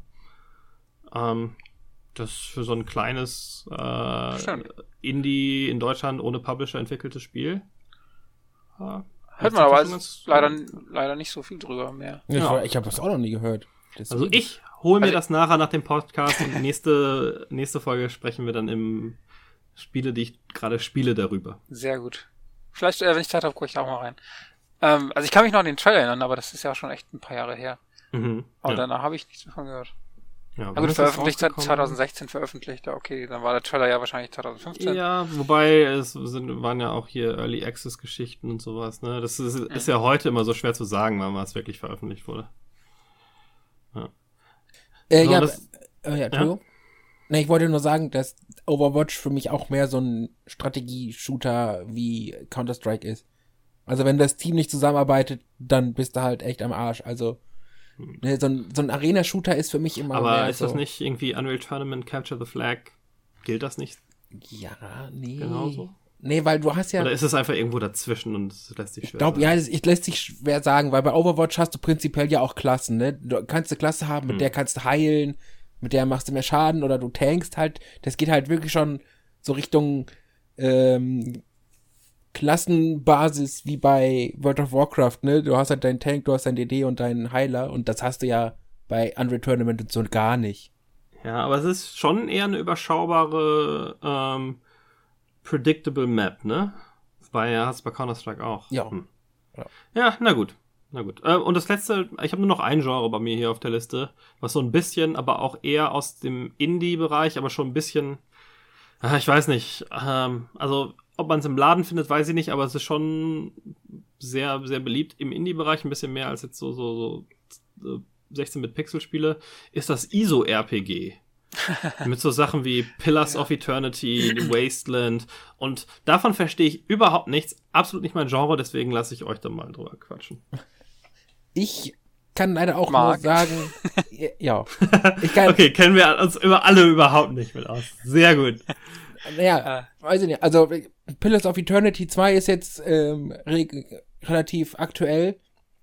A: Das für so ein kleines Indie in Deutschland ohne Publisher entwickeltes Spiel.
C: Hört man aber leider nicht so viel drüber mehr.
B: Ja. Ich habe das auch noch nie gehört.
A: Deswegen. Also ich hole mir das nachher nach dem Podcast und nächste Folge sprechen wir dann im Spiele, die ich gerade spiele, darüber.
C: Sehr gut. Vielleicht, wenn ich Zeit habe, gucke ich auch mal rein. Also ich kann mich noch an den Trailer erinnern, aber das ist ja schon echt ein paar Jahre her. Aber danach habe ich nichts mehr von gehört.
A: Ja,
C: Na gut, veröffentlicht 2016 veröffentlicht, okay, dann war der Trailer ja wahrscheinlich 2015.
A: Ja, wobei waren ja auch hier Early Access Geschichten und sowas, ne? Das ist ja heute immer so schwer zu sagen, wann was wirklich veröffentlicht wurde. Ja.
B: Entschuldigung. Ne, ich wollte nur sagen, dass Overwatch für mich auch mehr so ein Strategie-Shooter wie Counter-Strike ist. Also wenn das Team nicht zusammenarbeitet, dann bist du halt echt am Arsch. Also ne, so ein Arena-Shooter ist für mich immer
A: aber
B: mehr
A: ist das nicht irgendwie Unreal Tournament, Capture the Flag? Gilt das nicht?
B: Ja, nee.
A: Genauso?
B: Nee, weil du hast ja...
A: Oder ist es einfach irgendwo dazwischen und es lässt sich schwer
B: Ich glaube, ja, es lässt sich schwer sagen, weil bei Overwatch hast du prinzipiell ja auch Klassen, ne? Du kannst eine Klasse haben, mit der kannst du heilen, mit der machst du mehr Schaden oder du tankst halt. Das geht halt wirklich schon so Richtung Klassenbasis wie bei World of Warcraft, ne? Du hast halt deinen Tank, du hast deinen DD und deinen Heiler und das hast du ja bei Unreal Tournament und so gar nicht.
A: Ja, aber es ist schon eher eine überschaubare predictable Map, ne? Hast du bei Counter-Strike auch.
B: Ja.
A: Ja, na gut. Und das letzte, ich habe nur noch ein Genre bei mir hier auf der Liste, was so ein bisschen, aber auch eher aus dem Indie-Bereich, aber schon ein bisschen, ich weiß nicht, also ob man es im Laden findet, weiß ich nicht, aber es ist schon sehr, sehr beliebt im Indie-Bereich, ein bisschen mehr als jetzt so 16-Bit-Pixel-Spiele, ist das ISO-RPG. Mit so Sachen wie Pillars of Eternity, Wasteland. Und davon verstehe ich überhaupt nichts. Absolut nicht mein Genre, deswegen lasse ich euch da mal drüber quatschen.
B: Ich kann leider auch nur sagen, ja.
A: Okay, kennen wir uns alle überhaupt nicht mit aus. Sehr gut.
B: Naja, weiß ich nicht. Also, Pillars of Eternity 2 ist jetzt relativ aktuell.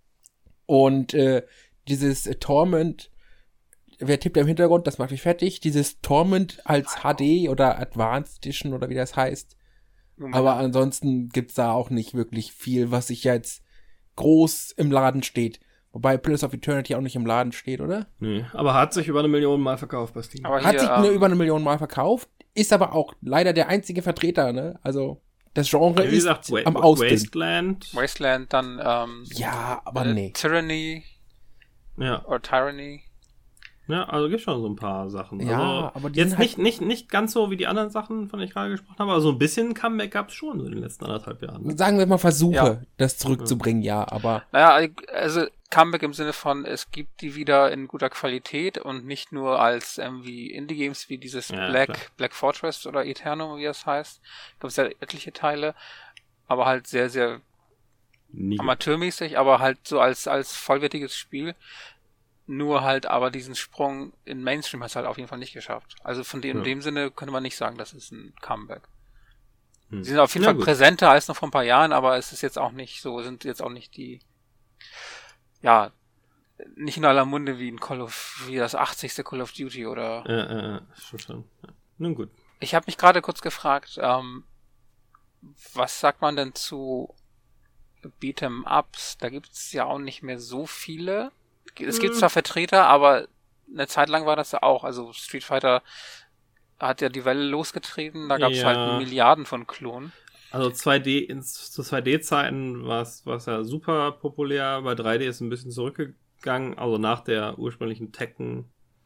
B: Und dieses Torment, wer tippt da im Hintergrund, das macht mich fertig. Dieses Torment als HD oder Advanced Edition oder wie das heißt. Aber ansonsten gibt's da auch nicht wirklich viel, was sich jetzt groß im Laden steht. Wobei Pillars of Eternity auch nicht im Laden steht, oder?
A: Nee, aber hat sich über 1 Million Mal verkauft bei Steam.
B: Aber hat sich über 1 Million Mal verkauft, ist aber auch leider der einzige Vertreter, ne? Also, das Genre
A: wie gesagt,
B: ist am Ausdünnen.
C: Wasteland, dann
B: ja, aber nee.
C: Tyranny.
A: Ja.
C: Oder Tyranny.
A: Ja, also gibt schon so ein paar Sachen.
B: Ja,
A: also
B: aber die
A: jetzt
B: sind
A: nicht ganz so wie die anderen Sachen, von denen ich gerade gesprochen habe, aber so ein bisschen Comeback gab es schon in den letzten 1,5 Jahren.
B: Sagen wir mal Versuche, das zurückzubringen, ja, aber...
C: Naja, also Comeback im Sinne von, es gibt die wieder in guter Qualität und nicht nur als wie Indie-Games wie dieses Black Fortress oder Eternum, wie das heißt. Da gibt es ja etliche Teile, aber halt sehr, sehr amateurmäßig, aber halt so als vollwertiges Spiel. Nur halt aber diesen Sprung in Mainstream hat es halt auf jeden Fall nicht geschafft. Also in dem Sinne könnte man nicht sagen, das ist ein Comeback. Sie sind auf jeden Fall präsenter als noch vor ein paar Jahren, aber es ist jetzt auch nicht so, sind jetzt auch nicht die, ja, nicht in aller Munde wie wie das 80. Call of Duty oder...
A: schon. Ja. Nun gut.
C: Ich habe mich gerade kurz gefragt, was sagt man denn zu Beat'em-Ups? Da gibt es ja auch nicht mehr so viele. Es gibt zwar Vertreter, aber eine Zeit lang war das ja auch. Also Street Fighter hat ja die Welle losgetreten, da gab es halt Milliarden von Klonen.
A: Also zu 2D-Zeiten war es ja super populär, bei 3D ist ein bisschen zurückgegangen, also nach der ursprünglichen Tekken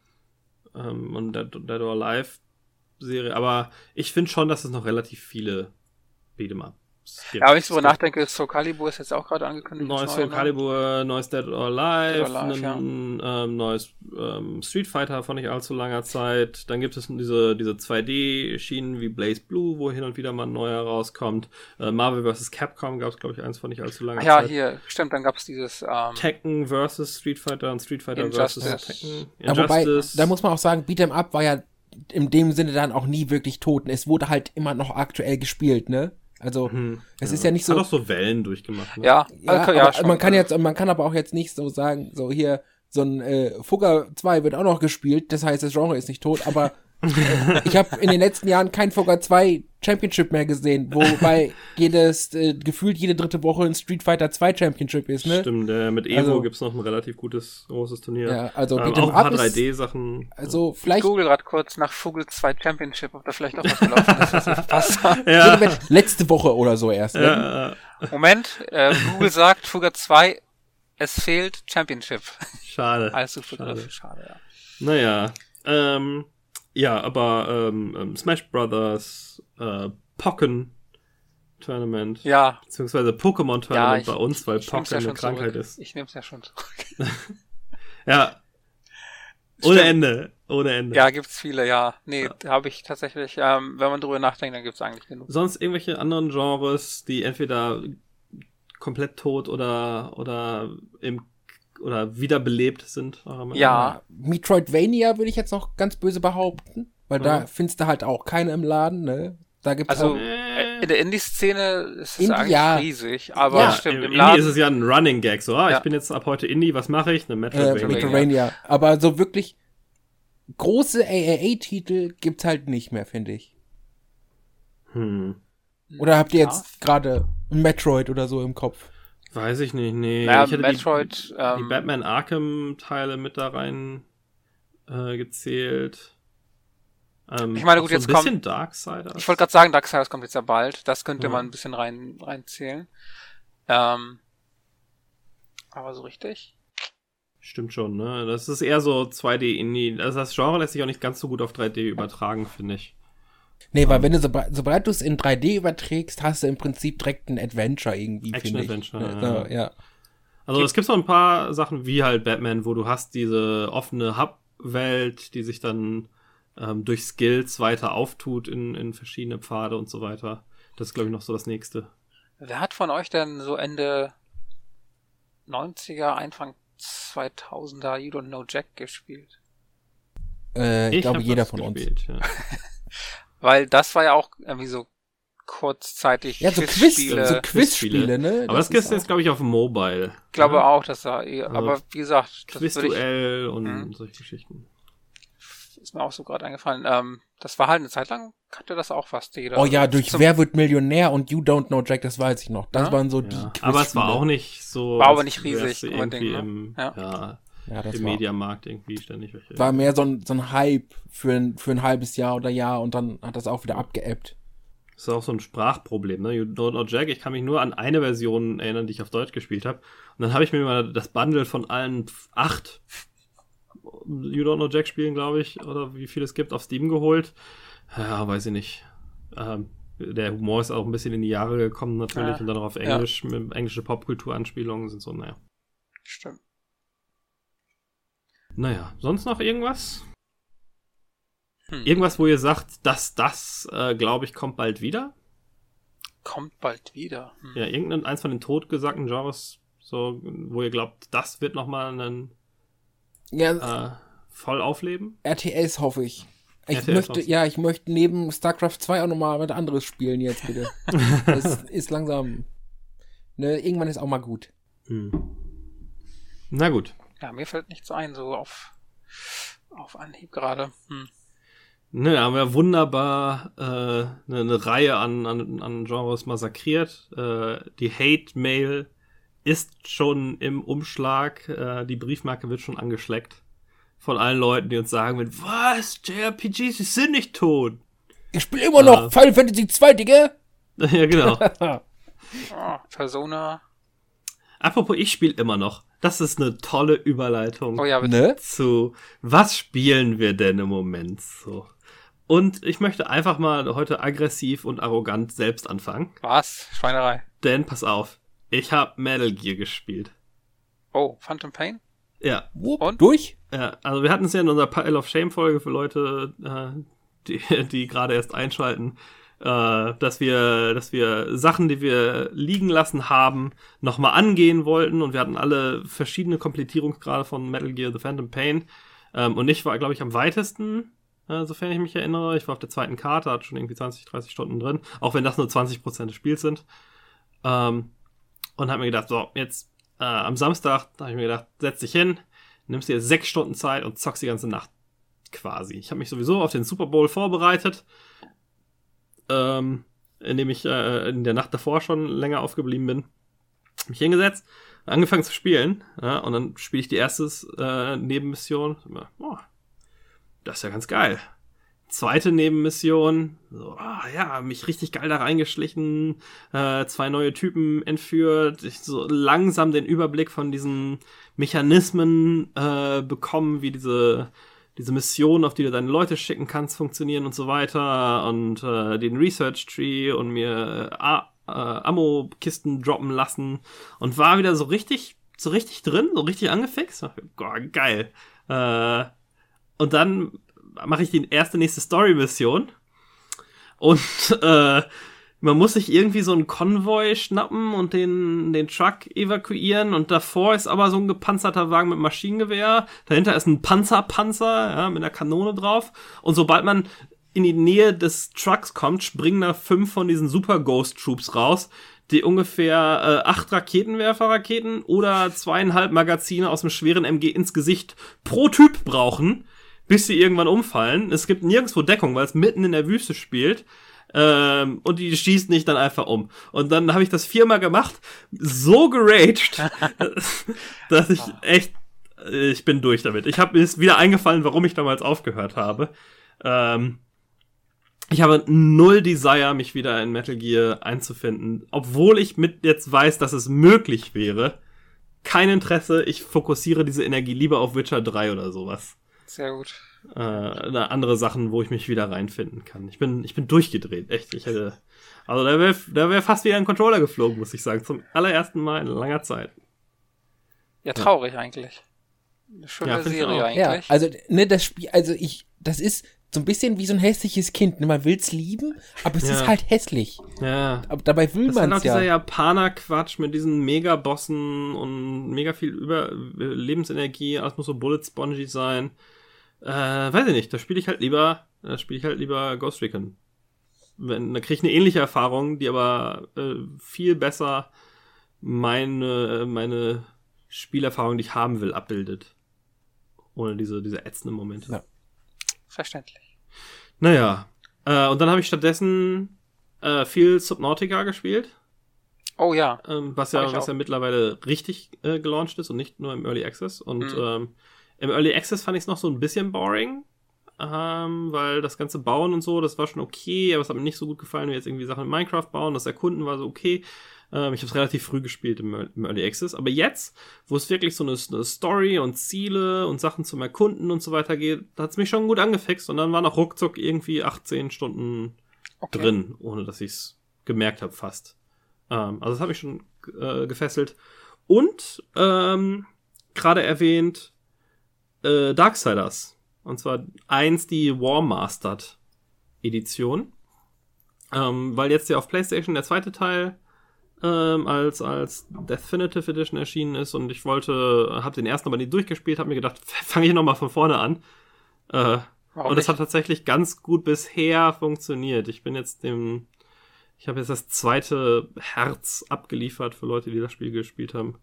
A: und Dead or Alive Serie, aber ich finde schon, dass es noch relativ viele Beat'em-Up
C: Ja, wenn ich so nachdenke, Soul Calibur ist jetzt auch gerade angekündigt.
A: Neues Soul Calibur, neues Dead or Alive, neues Street Fighter von nicht allzu langer Zeit. Dann gibt es diese 2D-Schienen wie Blaze Blue, wo hin und wieder mal ein neuer rauskommt. Marvel vs. Capcom gab es, glaube ich, eins von nicht allzu langer Zeit.
C: Ja, hier, stimmt, dann gab es dieses
A: Tekken vs. Street Fighter und Street Fighter vs. Tekken.
B: Ja, wobei, da muss man auch sagen, Beat'em Up war ja in dem Sinne dann auch nie wirklich tot. Es wurde halt immer noch aktuell gespielt, ne? Also, es ist ja nicht so...
A: Hat auch so Wellen durchgemacht. Ne?
C: Ja,
B: man kann aber auch jetzt nicht so sagen, so hier, so ein Fugger 2 wird auch noch gespielt, das heißt, das Genre ist nicht tot, aber ich habe in den letzten Jahren kein Fugger 2 Championship mehr gesehen, wobei gefühlt jede dritte Woche ein Street Fighter 2 Championship ist, ne?
A: Stimmt, mit Evo gibt's noch ein relativ großes Turnier.
B: Ja, also
A: auch ein paar 3D-Sachen.
B: Also vielleicht...
C: Ich google gerade kurz nach Fugel 2 Championship, ob da vielleicht auch was gelaufen ist, was nicht passt.
B: Letzte Woche oder so erst.
A: Ja.
C: Moment, Google sagt, Fugger 2 Es fehlt Championship.
A: Schade.
C: Als Suchbegriff. Schade, ja.
A: Naja, ja, aber Smash Brothers, Pokken Tournament,
C: Ja,
A: beziehungsweise Pokémon Tournament
C: Ja,
A: bei uns, weil
C: ich nehm's
A: Pokken
C: ja
A: eine
C: schon
A: Krankheit
C: zurück.
A: ist.
C: Ich nehme es ja schon zurück.
A: Ja, ohne
C: Stimmt.
A: Ende, ohne Ende.
C: Ja, gibt's viele, ja. Nee, habe ich tatsächlich, wenn man drüber nachdenkt, dann gibt's eigentlich genug.
A: Sonst irgendwelche anderen Genres, die entweder komplett tot oder wiederbelebt sind?
C: Ja.
B: Metroidvania würde ich jetzt noch ganz böse behaupten, weil da findest du halt auch keine im Laden, ne? Da gibt's
C: Also
B: auch,
C: in der Indie-Szene ist es
B: Indie,
C: eigentlich
B: ja.
C: riesig, aber
B: Ja,
C: stimmt,
A: Im
C: im
A: Indie
C: Laden.
A: ist es ja ein Running Gag, so,
C: Ja.
A: ich bin jetzt ab heute Indie, was mache ich? Eine Metroidvania.
B: Metroidvania. Aber so wirklich große AAA-Titel gibt's halt nicht mehr, finde ich. Oder habt ihr jetzt gerade ein Metroid oder so im Kopf?
A: Weiß ich nicht, nee.
C: Naja,
A: Ich hätte
C: Metroid,
A: die Batman Arkham-Teile mit da rein gezählt.
C: Ich meine, gut,
A: auch so
C: jetzt
A: ein bisschen
C: kommt-
A: Darksiders.
C: Ich wollte gerade sagen, Darksiders kommt jetzt ja bald. Das könnte
A: Ja.
C: man ein bisschen reinzählen. Aber so richtig?
A: Stimmt schon, ne? Das ist eher so 2D-Indie. Also das Genre lässt sich auch nicht ganz so gut auf 3D übertragen, finde ich.
B: Nee, weil wenn du sobald du es in 3D überträgst, hast du im Prinzip direkt ein Adventure irgendwie, finde ich.
A: Action-Adventure,
B: Ja.
A: Also es gibt so ein paar Sachen wie halt Batman, wo du hast diese offene Hub-Welt, die sich dann durch Skills weiter auftut in verschiedene Pfade und so weiter. Das ist, glaube ich, noch so das Nächste.
C: Wer hat von euch denn so Ende 90er, Anfang 2000er You Don't Know Jack gespielt?
B: Ich glaube,
A: hab
B: jeder
A: das
B: von uns.
A: gespielt, ja.
C: Weil das war ja auch irgendwie so kurzzeitig
B: Ja, so
C: Quizspiele.
B: Quizspiele, ne?
A: Aber das gibt es jetzt, glaube ich, auf Mobile.
C: Ich glaube
A: ja?
C: auch, dass da, aber wie gesagt, das würde ich,
A: Quizduell und solche Geschichten.
C: ist mir auch so gerade eingefallen. Das war halt eine Zeit lang, kannte das auch fast jeder.
B: Oh ja, durch
C: Zum-
B: Wer wird Millionär und You Don't Know Jack, das weiß ich noch. Das
C: Ja?
B: waren so die
A: Ja.
B: Quizspiele.
A: Aber es war auch nicht so.
C: War aber
A: als
C: nicht riesig,
A: wärst du irgendwie
C: unbedingt, ne?
A: im,
B: Ja, das
A: im
B: war,
A: Mediamarkt irgendwie ständig welche.
B: war mehr so ein Hype für ein halbes Jahr oder Jahr und dann hat das auch wieder abgeebbt.
A: Das ist auch so ein Sprachproblem, ne? You Don't Know Jack, ich kann mich nur an eine Version erinnern, die ich auf Deutsch gespielt habe. Und dann habe ich mir mal das Bundle von allen 8 You Don't Know Jack Spielen, glaube ich, oder wie viel es gibt, auf Steam geholt. Ja, weiß ich nicht. Der Humor ist auch ein bisschen in die Jahre gekommen natürlich und dann auch auf Englisch, mit englische Popkultur-Anspielungen sind so, naja.
C: Stimmt.
A: Naja, sonst noch irgendwas? Irgendwas, wo ihr sagt, das, glaube ich, kommt bald wieder?
C: Kommt bald wieder.
A: Ja, eins von den totgesagten Genres, so, wo ihr glaubt, das wird nochmal einen
B: Ja,
A: voll aufleben?
B: RTS hoffe ich.
A: RTS hoffst du?
B: Ich möchte neben StarCraft 2 auch nochmal was anderes spielen jetzt, bitte. Das ist langsam. Ne, irgendwann ist auch mal gut.
A: Na gut.
C: Ja, mir fällt nichts ein, so auf Anhieb gerade.
A: Ne, haben wir wunderbar eine Reihe an Genres massakriert. Die Hate-Mail ist schon im Umschlag. Die Briefmarke wird schon angeschleckt. Von allen Leuten, die uns sagen, was? JRPGs, die sind nicht tot.
B: Ich spiele immer noch Final Fantasy 2, Digga.
A: Ja, genau.
C: Persona.
A: Apropos, ich spiele immer noch. Das ist eine tolle Überleitung.
C: Oh ja, bitte.
B: Ne?
A: Zu was spielen wir denn im Moment so? Und ich möchte einfach mal heute aggressiv und arrogant selbst anfangen.
C: Was? Schweinerei.
A: Denn, pass auf, ich habe Metal Gear gespielt.
C: Oh, Phantom Pain?
A: Ja,
C: Und?
B: Durch?
A: ja, also wir hatten es ja in unserer Pile of Shame Folge für Leute, die gerade erst einschalten, dass wir Sachen, die wir liegen lassen haben, nochmal angehen wollten. Und wir hatten alle verschiedene Komplettierungsgrade von Metal Gear The Phantom Pain. Und ich war, glaube ich, am weitesten, sofern ich mich erinnere. Ich war auf der zweiten Karte, hatte schon irgendwie 20, 30 Stunden drin. Auch wenn das nur 20% des Spiels sind. Und habe mir gedacht, so, jetzt am Samstag, da habe ich mir gedacht, setz dich hin, nimmst dir 6 Stunden Zeit und zockst die ganze Nacht quasi. Ich habe mich sowieso auf den Super Bowl vorbereitet, indem ich in der Nacht davor schon länger aufgeblieben bin. Mich hingesetzt, angefangen zu spielen, ja, und dann spiele ich die erste Nebenmission. Oh, das ist ja ganz geil. zweite Nebenmission, so, mich richtig geil da reingeschlichen, 2 neue Typen entführt, ich so langsam den Überblick von diesen Mechanismen bekommen, wie diese Missionen, auf die du deine Leute schicken kannst, funktionieren und so weiter und den Research Tree und mir Ammo-Kisten droppen lassen und war wieder so richtig drin, so richtig angefixt. Boah, geil. Und dann mache ich die nächste Story-Mission und man muss sich irgendwie so einen Konvoi schnappen und den Truck evakuieren und davor ist aber so ein gepanzerter Wagen mit Maschinengewehr, dahinter ist ein Panzer, mit einer Kanone drauf und sobald man in die Nähe des Trucks kommt, springen da 5 von diesen Super Ghost Troops raus, die ungefähr 8 Raketenwerferraketen oder 2,5 Magazine aus dem schweren MG ins Gesicht pro Typ brauchen, bis sie irgendwann umfallen. Es gibt nirgendwo Deckung, weil es mitten in der Wüste spielt. Und die schießt nicht dann einfach um. Und dann habe ich das 4-mal gemacht, so geraged, dass ich bin durch damit. Mir ist wieder eingefallen, warum ich damals aufgehört habe. Ich habe null Desire, mich wieder in Metal Gear einzufinden, obwohl ich jetzt weiß, dass es möglich wäre. Kein Interesse, ich fokussiere diese Energie lieber auf Witcher 3 oder sowas.
C: Sehr gut.
A: Andere Sachen, wo ich mich wieder reinfinden kann. Ich bin durchgedreht, echt. Da wär fast wieder ein Controller geflogen, muss ich sagen. Zum allerersten Mal in langer Zeit.
C: Ja, traurig eigentlich. Eine schöne Serie eigentlich.
B: Ja, also, das Spiel, das ist so ein bisschen wie so ein hässliches Kind. Man will's lieben, aber es ist halt hässlich.
A: Ja.
B: Aber dabei will man's ja. Das ist
A: dieser Japaner-Quatsch mit diesen Megabossen und mega viel Lebensenergie. Alles muss so bullet-spongy sein. Weiß ich nicht. Da spiele ich halt lieber Ghost Recon. Da kriege ich eine ähnliche Erfahrung, die aber viel besser meine Spielerfahrung, die ich haben will, abbildet. Ohne diese ätzenden Momente.
B: Ja.
C: Verständlich.
A: Naja. Und dann habe ich stattdessen viel Subnautica gespielt.
C: Oh ja.
A: Was ja mittlerweile richtig gelauncht ist und nicht nur im Early Access. Und im Early Access fand ich es noch so ein bisschen boring. Weil das ganze Bauen und so, das war schon okay, aber es hat mir nicht so gut gefallen, wie jetzt irgendwie Sachen in Minecraft bauen. Das Erkunden war so okay. Ich habe es relativ früh gespielt im Early Access. Aber jetzt, wo es wirklich so eine Story und Ziele und Sachen zum Erkunden und so weiter geht, da hat es mich schon gut angefixt. Und dann waren auch ruckzuck irgendwie 18 Stunden drin, ohne dass ich es gemerkt habe fast. Also das hat mich schon gefesselt. Und gerade erwähnt Darksiders. Und zwar die War Mastered Edition. Weil jetzt ja auf PlayStation der zweite Teil als Definitive Edition erschienen ist und ich habe den ersten aber nicht durchgespielt, habe mir gedacht, fange ich nochmal von vorne an. Und das hat tatsächlich ganz gut bisher funktioniert. Ich habe jetzt das zweite Herz abgeliefert für Leute, die das Spiel gespielt haben.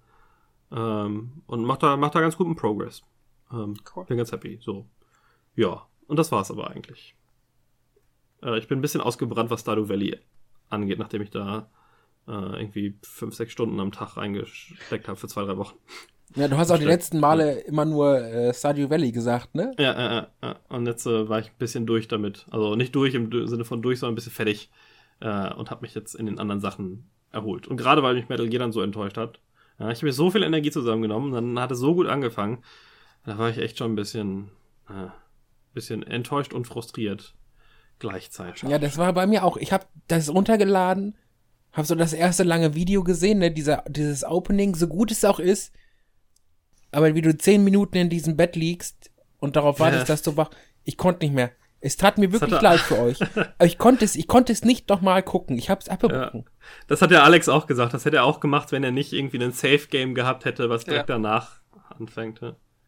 A: Und macht da ganz guten Progress. Cool. Bin ganz happy. So. Ja, und das war's aber eigentlich. Ich bin ein bisschen ausgebrannt, was Stardew Valley angeht, nachdem ich da irgendwie 5-6 Stunden am Tag reingesteckt habe für 2-3 Wochen.
B: Ja, du hast auch die letzten Male immer nur Stardew Valley gesagt, ne?
A: Ja. Und jetzt war ich ein bisschen durch damit. Also nicht durch im Sinne von durch, sondern ein bisschen fertig. Und habe mich jetzt in den anderen Sachen erholt. Und gerade weil mich Metal Gear dann so enttäuscht hat. Ich habe mir so viel Energie zusammengenommen, dann hat es so gut angefangen. Da war ich echt schon ein bisschen enttäuscht und frustriert gleichzeitig.
B: Ja, das war bei mir auch. Ich habe das runtergeladen, habe so das erste lange Video gesehen, ne, dieses Opening, so gut es auch ist, aber wie du 10 Minuten in diesem Bett liegst und darauf wartest, dass du wach, ich konnte nicht mehr. Es tat mir wirklich leid für euch. Aber ich konnte es nicht nochmal gucken. Ich habe es abgebrochen.
A: Ja. Das hat ja Alex auch gesagt. Das hätte er auch gemacht, wenn er nicht irgendwie ein Safe-Game gehabt hätte, was direkt danach anfängt.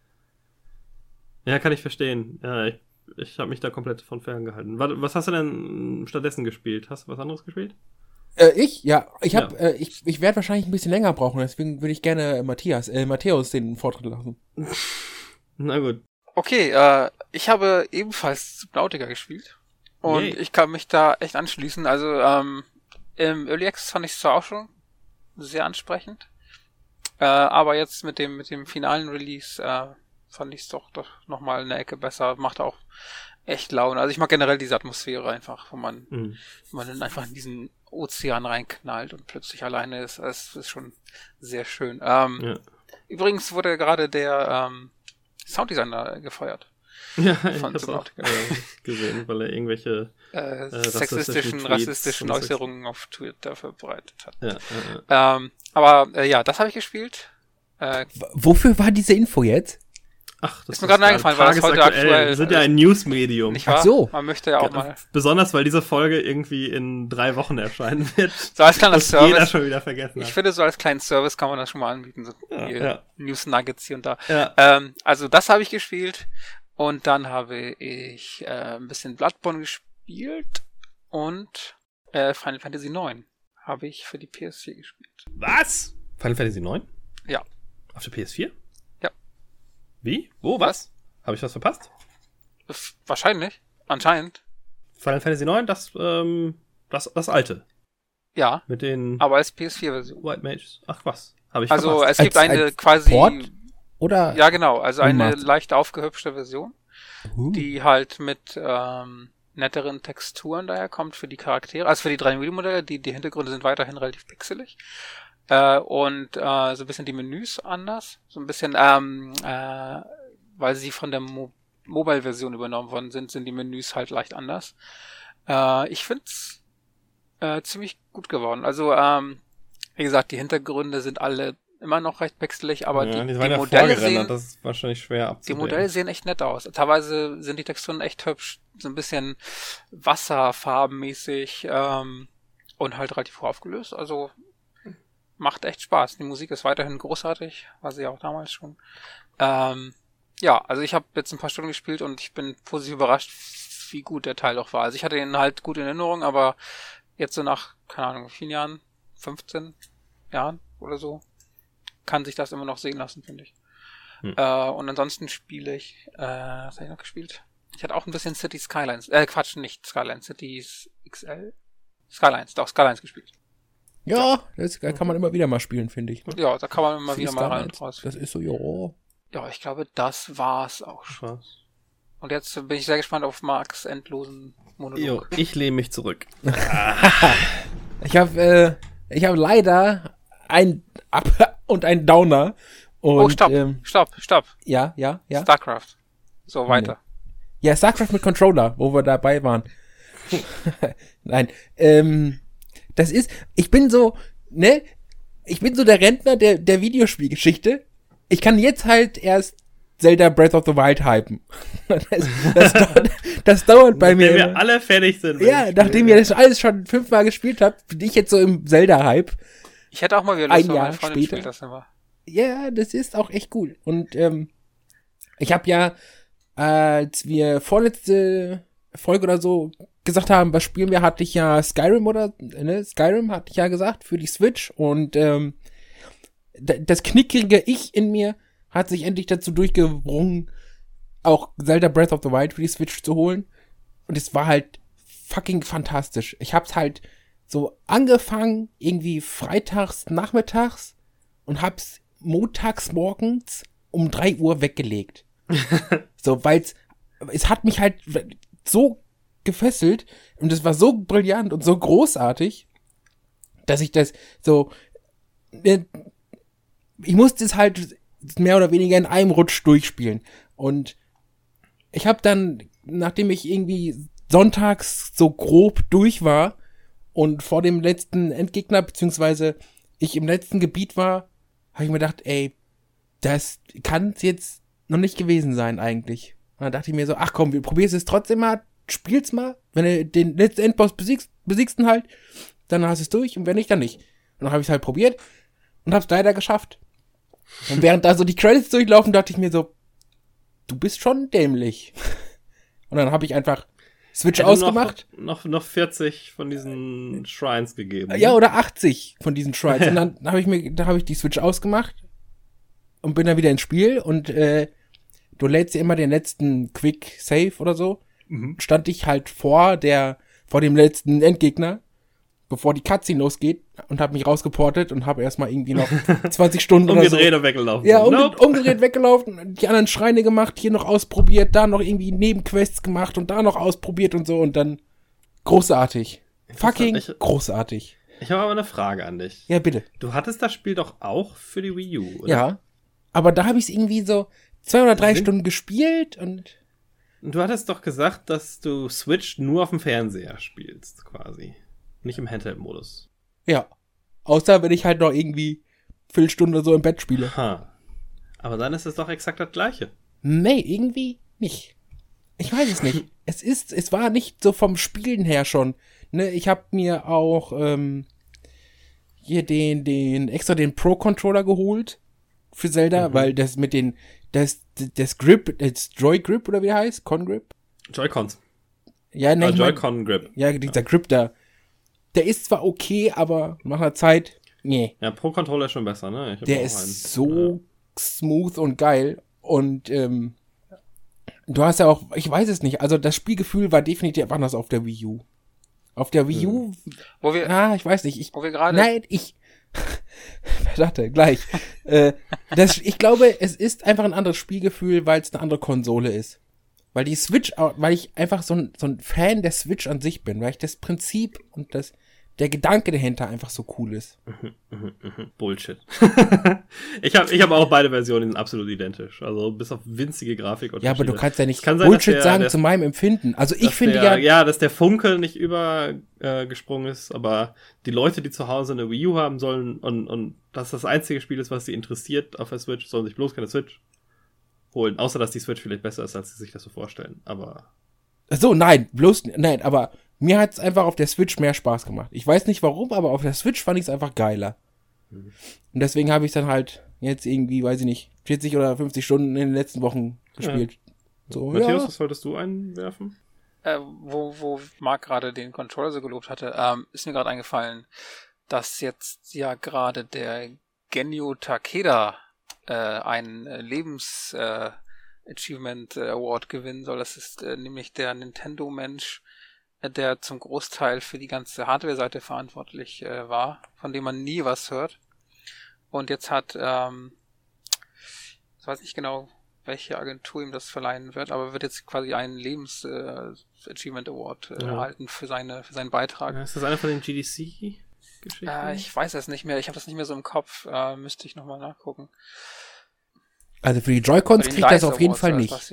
A: Ja, kann ich verstehen. Ja, ich habe mich da komplett von ferngehalten. Was hast du denn stattdessen gespielt? Hast du was anderes gespielt?
B: Ich werde wahrscheinlich ein bisschen länger brauchen, deswegen würde ich gerne Matthäus den Vortritt lassen.
A: Na gut.
C: Okay, ich habe ebenfalls Subnautica gespielt und ich kann mich da echt anschließen. Also im Early Access fand ich es zwar auch schon sehr ansprechend, aber jetzt mit dem finalen Release fand ich es doch nochmal eine Ecke besser. Macht auch echt Laune. Also ich mag generell diese Atmosphäre einfach, wo man dann einfach in diesen Ozean reinknallt und plötzlich alleine ist. Das ist schon sehr schön. Übrigens wurde gerade der Sounddesigner gefeuert.
A: Ja, ich hab's auch gesehen, weil er irgendwelche
C: rassistischen Äußerungen auf Twitter verbreitet hat.
A: Ja.
C: Aber das habe ich gespielt.
B: Wofür war diese Info jetzt?
A: Ach, das
C: ist mir gerade eingefallen, weil das heute aktuell.
A: Wir sind ja ein Newsmedium.
C: Nicht wahr?
B: Ach so.
C: Man möchte ja auch mal.
A: Besonders, weil diese Folge irgendwie in 3 Wochen erscheinen wird.
C: So als kleiner Service.
A: Jeder schon wieder vergessen hat.
C: Ich finde, so als kleinen Service kann man das schon mal anbieten. So News Nuggets hier und da.
A: Ja.
C: Also das habe ich gespielt. Und dann habe ich ein bisschen Bloodborne gespielt. Und Final Fantasy 9 habe ich für die PS4 gespielt.
A: Was? Final Fantasy 9?
C: Ja.
A: Auf der PS4?
C: Ja.
A: Wie? Wo? Was? Habe ich was verpasst?
C: Wahrscheinlich. Anscheinend.
A: Final Fantasy 9, das alte.
C: Ja.
A: Mit den
C: aber als PS4-Version.
A: White Mages. Ach was. Habe ich
C: also
A: verpasst.
C: Es gibt eine quasi.
B: Port? Oder?
C: Ja, genau. Also eine leicht aufgehübschte Version, die halt mit netteren Texturen daherkommt für die Charaktere. Also für die 3D-Modelle. Die Hintergründe sind weiterhin relativ pixelig. Und so ein bisschen die Menüs anders. So ein bisschen, weil sie von der Mobile-Version übernommen worden sind die Menüs halt leicht anders. Ich find's ziemlich gut geworden. Also, wie gesagt, die Hintergründe sind alle immer noch recht pixelig, aber die Modelle sehen,
A: das ist wahrscheinlich schwer abzubilden.
C: Die Modelle sehen echt nett aus. Teilweise sind die Texturen echt hübsch, so ein bisschen wasserfarbenmäßig und halt relativ hoch aufgelöst. Also macht echt Spaß. Die Musik ist weiterhin großartig, war sie auch damals schon. Also ich habe jetzt ein paar Stunden gespielt und ich bin positiv überrascht, wie gut der Teil auch war. Also ich hatte ihn halt gut in Erinnerung, aber jetzt so nach, keine Ahnung, vielen Jahren, 15 Jahren oder so, kann sich das immer noch sehen lassen, finde ich. Und ansonsten spiele ich, was habe ich noch gespielt? Ich hatte auch ein bisschen City Skylines, nicht Skylines, Cities XL? Skylines gespielt.
B: Ja, das kann man immer wieder mal spielen, finde ich.
C: Ja, da kann man immer wieder mal rein und raus.
B: Das ist so, ja.
C: Ja, ich glaube, das war's auch schon. Und jetzt bin ich sehr gespannt auf Marks endlosen Monolog.
A: Jo, ich lehne mich zurück.
B: Ich habe leider ein Up und ein Downer. Und,
C: stopp.
B: Ja.
C: StarCraft. So, weiter.
B: Ja, StarCraft mit Controller, wo wir dabei waren. Nein, ich bin so der Rentner der Videospielgeschichte. Ich kann jetzt halt erst Zelda Breath of the Wild hypen. Das dauert bei mir.
A: Nachdem wir alle fertig sind.
B: Ja, nachdem ihr das alles schon 5-mal gespielt habt, bin ich jetzt so im Zelda-Hype.
C: Ich hätte auch mal wieder Lust,
B: ein Jahr
C: meine Freundin
B: später.
C: spielt das immer.
B: Ja, das ist auch echt cool. Und ich habe ja, als wir vorletzte Folge oder so gesagt haben, was spielen wir, hatte ich ja Skyrim hatte ich ja gesagt, für die Switch. Und das knickrige Ich in mir hat sich endlich dazu durchgerungen, auch Zelda Breath of the Wild für die Switch zu holen. Und es war halt fucking fantastisch. Ich hab's halt so angefangen, irgendwie freitags, nachmittags und hab's montags morgens um 3 Uhr weggelegt. So, weil es hat mich halt so gefesselt und es war so brillant und so großartig, dass ich das so, ich musste es halt mehr oder weniger in einem Rutsch durchspielen. Und ich habe dann, nachdem ich irgendwie sonntags so grob durch war und vor dem letzten Endgegner, beziehungsweise ich im letzten Gebiet war, habe ich mir gedacht, ey, das kann es jetzt noch nicht gewesen sein eigentlich. Und dann dachte ich mir so, ach komm, wir probieren es trotzdem mal, spiel's mal. Wenn du den letzten Endboss besiegst ihn halt, dann hast du es durch und wenn nicht, dann nicht. Und dann habe ich es halt probiert und habe es leider geschafft. Und während da so die Credits durchlaufen, dachte ich mir so, du bist schon dämlich. Und dann habe ich einfach Switch ausgemacht.
A: Noch 40 von diesen Shrines gegeben.
B: Ja, oder 80 von diesen Shrines. Und dann habe ich die Switch ausgemacht und bin dann wieder ins Spiel und du lädst ja immer den letzten Quick Save oder so. Stand ich halt vor dem letzten Endgegner, bevor die Cutscene losgeht und habe mich rausgeportet und habe erstmal irgendwie noch 20 Stunden oder so.
A: Umgedreht und weggelaufen.
B: Ja, umgedreht weggelaufen, die anderen Schreine gemacht, hier noch ausprobiert, da noch irgendwie Nebenquests gemacht und da noch ausprobiert und so und dann großartig. Fucking großartig.
A: Ich habe aber eine Frage an dich.
B: Ja, bitte.
A: Du hattest das Spiel doch auch für die Wii U, oder?
B: Ja, aber da habe ich es irgendwie so 2 oder 3 Stunden gespielt und
A: du hattest doch gesagt, dass du Switch nur auf dem Fernseher spielst, quasi. Nicht im Handheld-Modus.
B: ja. Außer wenn ich halt noch irgendwie Viertelstunde oder so im Bett spiele.
A: Ha. Aber dann ist es doch exakt das Gleiche.
B: Nee, irgendwie nicht. Ich weiß es nicht. Es war nicht so vom Spielen her schon. Ne, ich habe mir auch hier extra den Pro-Controller geholt für Zelda, weil das mit das Grip, das Joy-Grip oder wie der heißt? Con-Grip?
A: Joy-Cons.
B: Ja, ne,
A: Joy-Con-Grip.
B: Ja, dieser Grip da. Der ist zwar okay, aber nach einer Zeit, nee.
A: Ja, Pro-Controller ist schon besser, ne?
B: Der ist so smooth und geil. Und du hast ja auch, ich weiß es nicht, also das Spielgefühl war definitiv anders auf der Wii U. Auf der Wii U, ich weiß nicht.
C: Wo wir gerade...
B: Nein, warte, gleich. Ich glaube, es ist einfach ein anderes Spielgefühl, weil es eine andere Konsole ist. Weil die Switch, weil ich einfach so ein Fan der Switch an sich bin, weil ich das Prinzip und der Gedanke dahinter einfach so cool ist.
A: Bullshit. Ich hab auch beide Versionen, die sind absolut identisch. Also bis auf winzige Grafikunterschiede.
B: Ja, aber du kannst ja nicht
A: Bullshit
B: sagen zu meinem Empfinden. Also ich finde
A: Ja, dass der Funke nicht übergesprungen ist, aber die Leute, die zu Hause eine Wii U haben sollen und das das einzige Spiel ist, was sie interessiert auf der Switch, sollen sich bloß keine Switch holen. Außer, dass die Switch vielleicht besser ist, als sie sich das so vorstellen. Aber...
B: So, aber mir hat es einfach auf der Switch mehr Spaß gemacht. Ich weiß nicht warum, aber auf der Switch fand ich es einfach geiler. Und deswegen habe ich dann halt jetzt irgendwie, weiß ich nicht, 40 oder 50 Stunden in den letzten Wochen gespielt. Ja. So,
A: Matthias, was wolltest du einwerfen?
C: Wo Marc gerade den Controller so gelobt hatte, ist mir gerade eingefallen, dass jetzt ja gerade der Genyo Takeda einen Achievement Award gewinnen soll. Das ist nämlich der Nintendo-Mensch, der zum Großteil für die ganze Hardware-Seite verantwortlich war, von dem man nie was hört. Und jetzt hat, ich weiß nicht genau, welche Agentur ihm das verleihen wird, aber wird jetzt quasi einen Achievement Award erhalten für seinen Beitrag.
A: Ist das einer von den GDC-Geschichten?
C: Ich weiß es nicht mehr. Ich habe das nicht mehr so im Kopf. Müsste ich nochmal nachgucken.
B: Also für die Joy-Cons kriegt das auf jeden Fall nicht.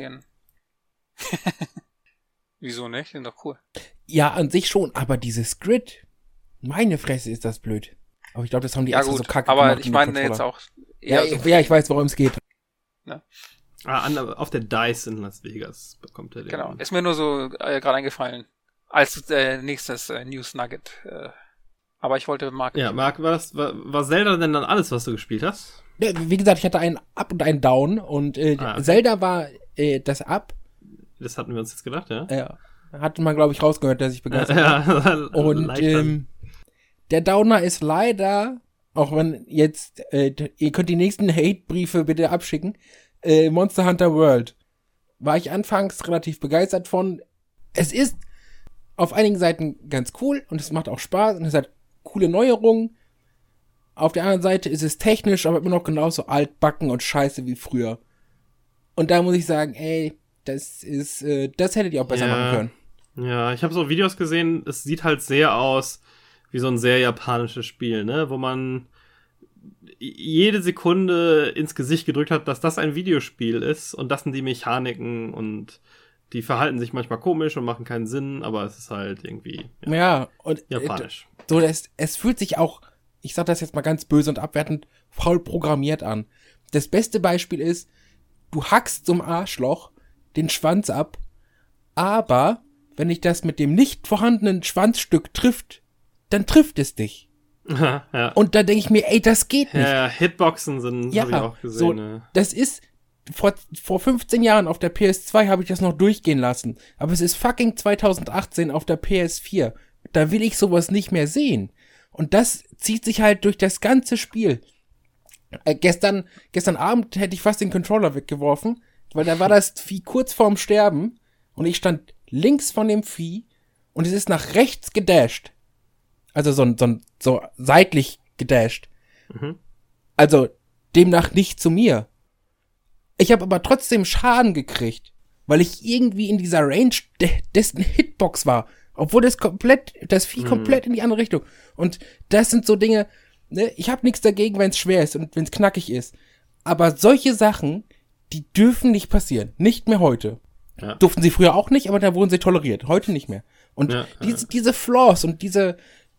C: Wieso nicht? Die sind doch cool.
B: Ja, an sich schon, aber dieses Grid, meine Fresse, ist das blöd. Aber ich glaube, das haben die extra so kacke
C: aber
B: gemacht.
C: Ich meine jetzt auch...
B: Ja, ich weiß, worum es geht.
C: Ne?
A: Auf der DICE in Las Vegas bekommt er den.
C: Genau, ist mir nur so gerade eingefallen. Als nächstes News Nugget. Aber ich wollte Marc...
A: Ja, Marc, war Zelda denn dann alles, was du gespielt hast?
B: Ja, wie gesagt, ich hatte einen Up und einen Down und
A: okay.
B: Zelda war das Up.
A: Das hatten wir uns jetzt gedacht, ja?
B: Ja, hatte man, glaube ich, rausgehört, der sich begeistert hat. Und der Downer ist leider, auch wenn jetzt, ihr könnt die nächsten Hate-Briefe bitte abschicken, Monster Hunter World. War ich anfangs relativ begeistert von. Es ist auf einigen Seiten ganz cool und es macht auch Spaß und es hat coole Neuerungen. Auf der anderen Seite ist es technisch, aber immer noch genauso altbacken und scheiße wie früher. Und da muss ich sagen, das hättet ihr auch besser machen können.
A: Ja, ich habe so Videos gesehen, es sieht halt sehr aus wie so ein sehr japanisches Spiel, ne, wo man jede Sekunde ins Gesicht gedrückt hat, dass das ein Videospiel ist und das sind die Mechaniken und die verhalten sich manchmal komisch und machen keinen Sinn, aber es ist halt irgendwie
B: und
A: japanisch.
B: Es fühlt sich auch, ich sag das jetzt mal ganz böse und abwertend, faul programmiert an. Das beste Beispiel ist, du hackst zum Arschloch den Schwanz ab, aber wenn dich das mit dem nicht vorhandenen Schwanzstück trifft, dann trifft es dich.
A: Ja.
B: Und da denke ich mir, das geht nicht.
A: Ja, Hitboxen sind, habe ich auch gesehen.
B: So, das ist, vor 15 Jahren auf der PS2 habe ich das noch durchgehen lassen. Aber es ist fucking 2018 auf der PS4. Da will ich sowas nicht mehr sehen. Und das zieht sich halt durch das ganze Spiel. Gestern Abend hätte ich fast den Controller weggeworfen, weil da war das Vieh kurz vorm Sterben und ich stand links von dem Vieh und es ist nach rechts gedasht. Also so seitlich gedasht. Also demnach nicht zu mir. Ich habe aber trotzdem Schaden gekriegt, weil ich irgendwie in dieser Range dessen Hitbox war. Obwohl das Vieh komplett in die andere Richtung. Und das sind so Dinge, ne? Ich habe nichts dagegen, wenn es schwer ist und wenn es knackig ist. Aber solche Sachen, die dürfen nicht passieren. Nicht mehr heute. Ja. Durften sie früher auch nicht, aber da wurden sie toleriert. Heute nicht mehr. Und diese Flaws und diese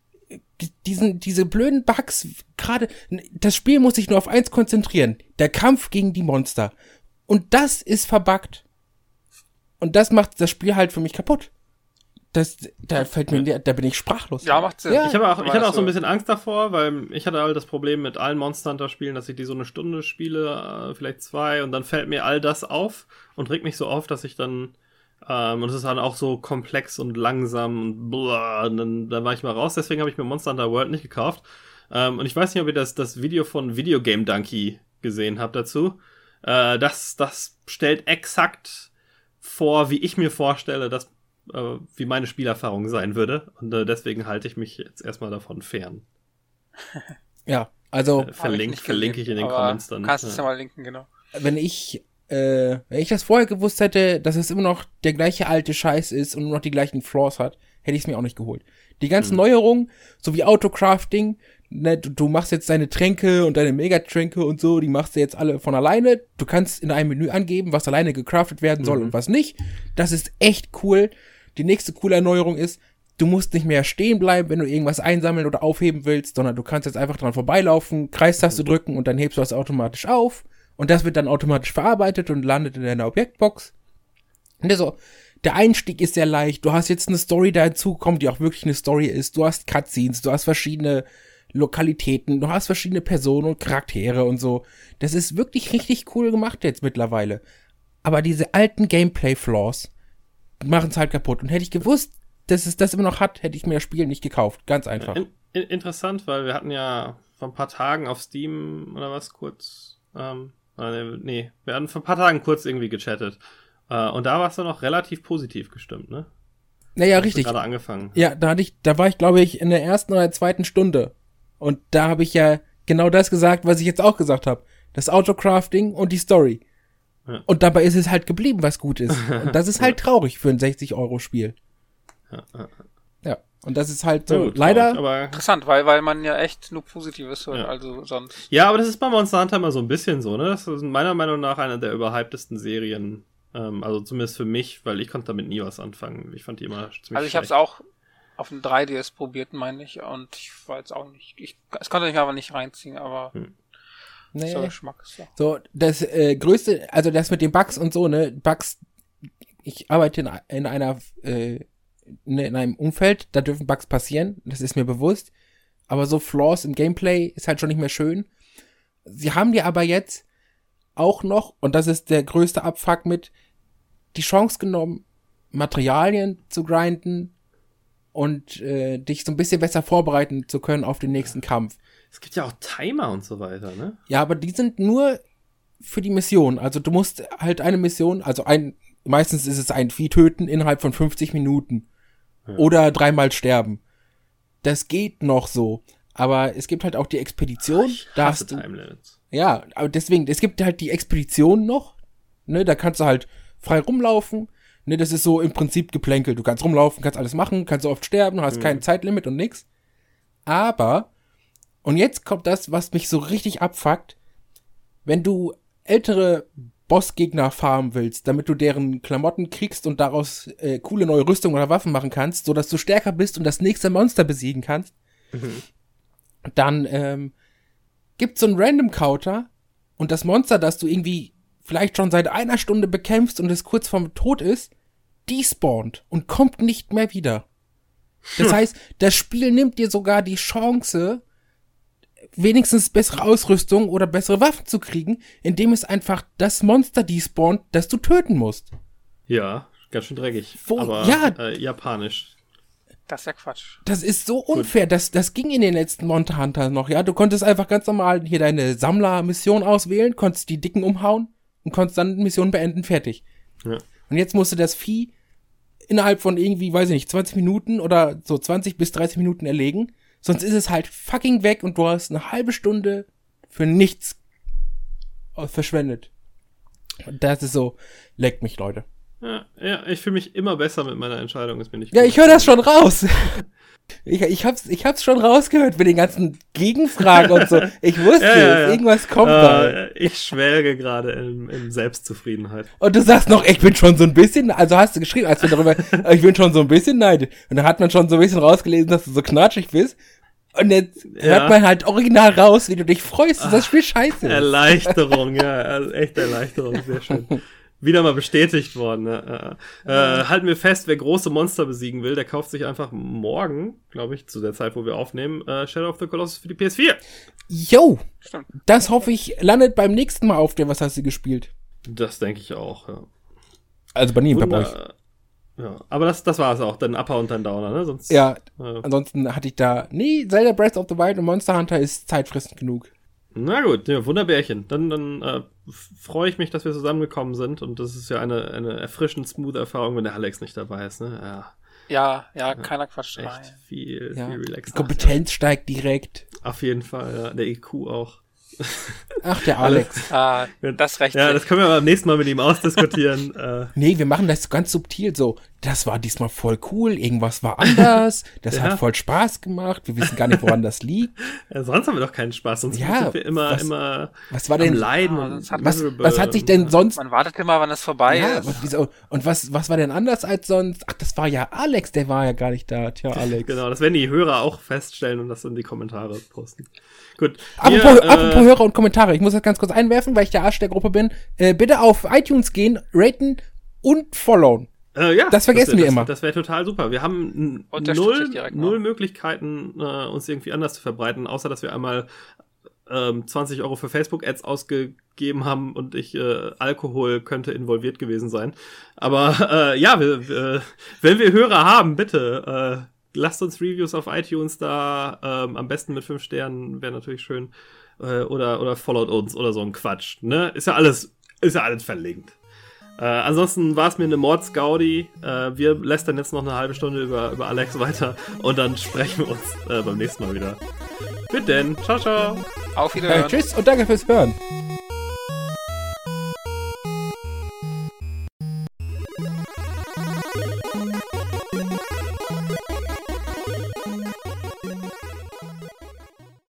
B: blöden Bugs, gerade, das Spiel muss sich nur auf eins konzentrieren. Der Kampf gegen die Monster. Und das ist verbuggt. Und das macht das Spiel halt für mich kaputt. Da bin ich sprachlos.
C: Ja, macht Sinn.
A: Ja. Ich hatte auch so ein bisschen Angst davor, weil ich hatte halt das Problem mit allen Monster Hunter-Spielen, dass ich die so eine Stunde spiele, vielleicht 2, und dann fällt mir all das auf und regt mich so auf, dass ich dann und es ist dann auch so komplex und langsam und blah, und dann war ich mal raus. Deswegen habe ich mir Monster Hunter World nicht gekauft. Und ich weiß nicht, ob ihr das Video von Video Game Donkey gesehen habt dazu. Das stellt exakt vor, wie ich mir vorstelle, dass wie meine Spielerfahrung sein würde. Und deswegen halte ich mich jetzt erstmal davon fern.
B: Ja, also
A: verlinke ich in den Comments dann.
C: Kannst du es ja mal linken, genau.
B: Wenn ich das vorher gewusst hätte, dass es immer noch der gleiche alte Scheiß ist und nur noch die gleichen Flaws hat, hätte ich es mir auch nicht geholt. Die ganzen Neuerungen, so wie Autocrafting, ne, du machst jetzt deine Tränke und deine Megatränke und so, die machst du jetzt alle von alleine. Du kannst in einem Menü angeben, was alleine gecraftet werden soll und was nicht. Das ist echt cool. Die nächste coole Erneuerung ist, du musst nicht mehr stehen bleiben, wenn du irgendwas einsammeln oder aufheben willst, sondern du kannst jetzt einfach dran vorbeilaufen, Kreistaste drücken und dann hebst du das automatisch auf. Und das wird dann automatisch verarbeitet und landet in deiner Objektbox. Und so, der Einstieg ist sehr leicht. Du hast jetzt eine Story dazu kommt, die auch wirklich eine Story ist. Du hast Cutscenes, du hast verschiedene Lokalitäten, du hast verschiedene Personen und Charaktere und so. Das ist wirklich richtig cool gemacht jetzt mittlerweile. Aber diese alten Gameplay-Flaws machen es halt kaputt. Und hätte ich gewusst, dass es das immer noch hat, hätte ich mir das Spiel nicht gekauft. Ganz einfach.
A: Interessant, weil wir hatten ja vor ein paar Tagen auf Steam oder was kurz wir hatten vor ein paar Tagen kurz irgendwie gechattet. Und da warst du noch relativ positiv gestimmt, ne?
B: Naja, richtig.
A: Gerade angefangen.
B: Ja, da war ich, glaube ich, in der ersten oder zweiten Stunde. Und da habe ich ja genau das gesagt, was ich jetzt auch gesagt habe. Das Autocrafting und die Story. Ja. Und dabei ist es halt geblieben, was gut ist. Und das ist halt traurig für ein 60-Euro-Spiel. Ja. Und das ist halt so, leider.
A: Aber
C: interessant, weil man ja echt nur Positives hört, also sonst.
A: Ja, aber das ist bei Monster Hunter immer so ein bisschen so, ne? Das ist meiner Meinung nach eine der überhyptesten Serien. Also zumindest für mich, weil ich konnte damit nie was anfangen. Ich fand die immer ziemlich
C: Also ich habe es auch auf dem 3DS probiert, meine ich, und ich war jetzt auch nicht, es konnte mich aber nicht reinziehen, aber so Geschmack ist ja.
B: So, das größte, also das mit den Bugs und so, ne, Bugs, ich arbeite in einem Umfeld, da dürfen Bugs passieren, das ist mir bewusst, aber so Flaws im Gameplay ist halt schon nicht mehr schön. Sie haben dir aber jetzt auch noch, und das ist der größte Abfuck mit, die Chance genommen, Materialien zu grinden und dich so ein bisschen besser vorbereiten zu können auf den nächsten Kampf.
A: Es gibt ja auch Timer und so weiter, ne?
B: Ja, aber die sind nur für die Mission. Also du musst halt eine Mission, meistens ist es ein Vieh töten innerhalb von 50 Minuten. Ja. Oder 3-mal sterben. Das geht noch so. Aber es gibt halt auch die Expedition.
A: Ich hasse Timelimits.
B: Ja, aber deswegen, es gibt halt die Expedition noch. Ne, da kannst du halt frei rumlaufen. Ne, das ist so im Prinzip Geplänkel. Du kannst rumlaufen, kannst alles machen, kannst so oft sterben, hast kein Zeitlimit und nix. Aber, und jetzt kommt das, was mich so richtig abfuckt, wenn du ältere Bossgegner farmen willst, damit du deren Klamotten kriegst und daraus coole neue Rüstung oder Waffen machen kannst, sodass du stärker bist und das nächste Monster besiegen kannst, dann gibt's so einen Random-Counter und das Monster, das du irgendwie vielleicht schon seit einer Stunde bekämpfst und es kurz vorm Tod ist, despawnt und kommt nicht mehr wieder. Das heißt, das Spiel nimmt dir sogar die Chance, wenigstens bessere Ausrüstung oder bessere Waffen zu kriegen, indem es einfach das Monster despawnt, das du töten musst.
A: Ja, ganz schön dreckig. Aber japanisch.
C: Das ist ja Quatsch.
B: Das ist so unfair. Das ging in den letzten Monster Hunter noch, ja. Du konntest einfach ganz normal hier deine Sammlermission auswählen, konntest die Dicken umhauen und konntest dann die Mission beenden, fertig.
A: Ja.
B: Und jetzt musst du das Vieh innerhalb von irgendwie, weiß ich nicht, 20 Minuten oder so 20 bis 30 Minuten erlegen, Sonst ist es halt fucking weg und du hast eine halbe Stunde für nichts verschwendet. Und das ist so, leckt mich, Leute.
A: Ja, ich fühle mich immer besser mit meiner Entscheidung. Ist mir nicht
B: Ja, ich höre das schon raus. Ich hab's schon rausgehört mit den ganzen Gegenfragen und so. Ich wusste es, irgendwas kommt da.
A: Ich schwelge gerade in Selbstzufriedenheit.
B: Und du sagst noch, ich bin schon so ein bisschen, also hast du geschrieben, als wir darüber, ich bin schon so ein bisschen neidisch. Und da hat man schon so ein bisschen rausgelesen, dass du so knatschig bist. Und jetzt hört man halt original raus, wie du dich freust, dass das Spiel scheiße ist.
A: Erleichterung, ja, also echt Erleichterung, sehr schön. Wieder mal bestätigt worden. Ne? Halten wir fest, wer große Monster besiegen will, der kauft sich einfach morgen, glaube ich, zu der Zeit, wo wir aufnehmen, Shadow of the Colossus für die PS4.
B: Yo! Das hoffe ich, landet beim nächsten Mal auf der Was hast du gespielt?
A: Das denke ich auch, ja.
B: Also bei bei euch.
A: Ja, aber das war es auch, dann Upper und dann Downer, ne? Sonst,
B: ansonsten hatte ich da, Zelda Breath of the Wild und Monster Hunter ist zeitfressend genug.
A: Na gut, ja, Wunderbärchen. Dann freue ich mich, dass wir zusammengekommen sind und das ist ja eine erfrischend smooth Erfahrung, wenn der Alex nicht dabei ist, ne?
C: Ja, keiner quatscht rein.
A: Echt viel relaxed.
B: Die Kompetenz steigt direkt.
A: Auf jeden Fall, ja. Der IQ auch.
B: Ach, der Alex.
C: Das recht.
A: Ja, das können wir beim nächsten Mal mit ihm ausdiskutieren.
B: Nee, wir machen das ganz subtil so. Das war diesmal voll cool, irgendwas war anders, das hat voll Spaß gemacht, wir wissen gar nicht, woran das liegt.
A: Ja, sonst haben wir doch keinen Spaß, sonst sind wir immer
B: was war denn,
A: Leiden.
B: Was hat sich denn sonst...
C: Man wartet immer, wann es vorbei ist.
B: Und was war denn anders als sonst? Ach, das war ja Alex, der war ja gar nicht da. Tja, Alex.
A: Genau, das werden die Hörer auch feststellen und das in die Kommentare posten. Gut.
B: Apropos Hörer und Kommentare, ich muss das ganz kurz einwerfen, weil ich der Arsch der Gruppe bin. Bitte auf iTunes gehen, raten und followen. Das vergessen wir immer.
A: Das wäre total super. Wir haben null Möglichkeiten, uns irgendwie anders zu verbreiten, außer dass wir einmal 20 € für Facebook-Ads ausgegeben haben und Alkohol könnte involviert gewesen sein. Aber wenn wir Hörer haben, bitte lasst uns Reviews auf iTunes da, am besten mit 5 Sternen, wäre natürlich schön. Oder followt uns oder so ein Quatsch. Ne? Ist ja alles verlinkt. Ansonsten war es mir eine Mordsgaudi. Wir lästern jetzt noch eine halbe Stunde über Alex weiter und dann sprechen wir uns beim nächsten Mal wieder. Bis denn. Ciao, ciao.
C: Auf Wiedersehen.
B: Tschüss und danke fürs Hören.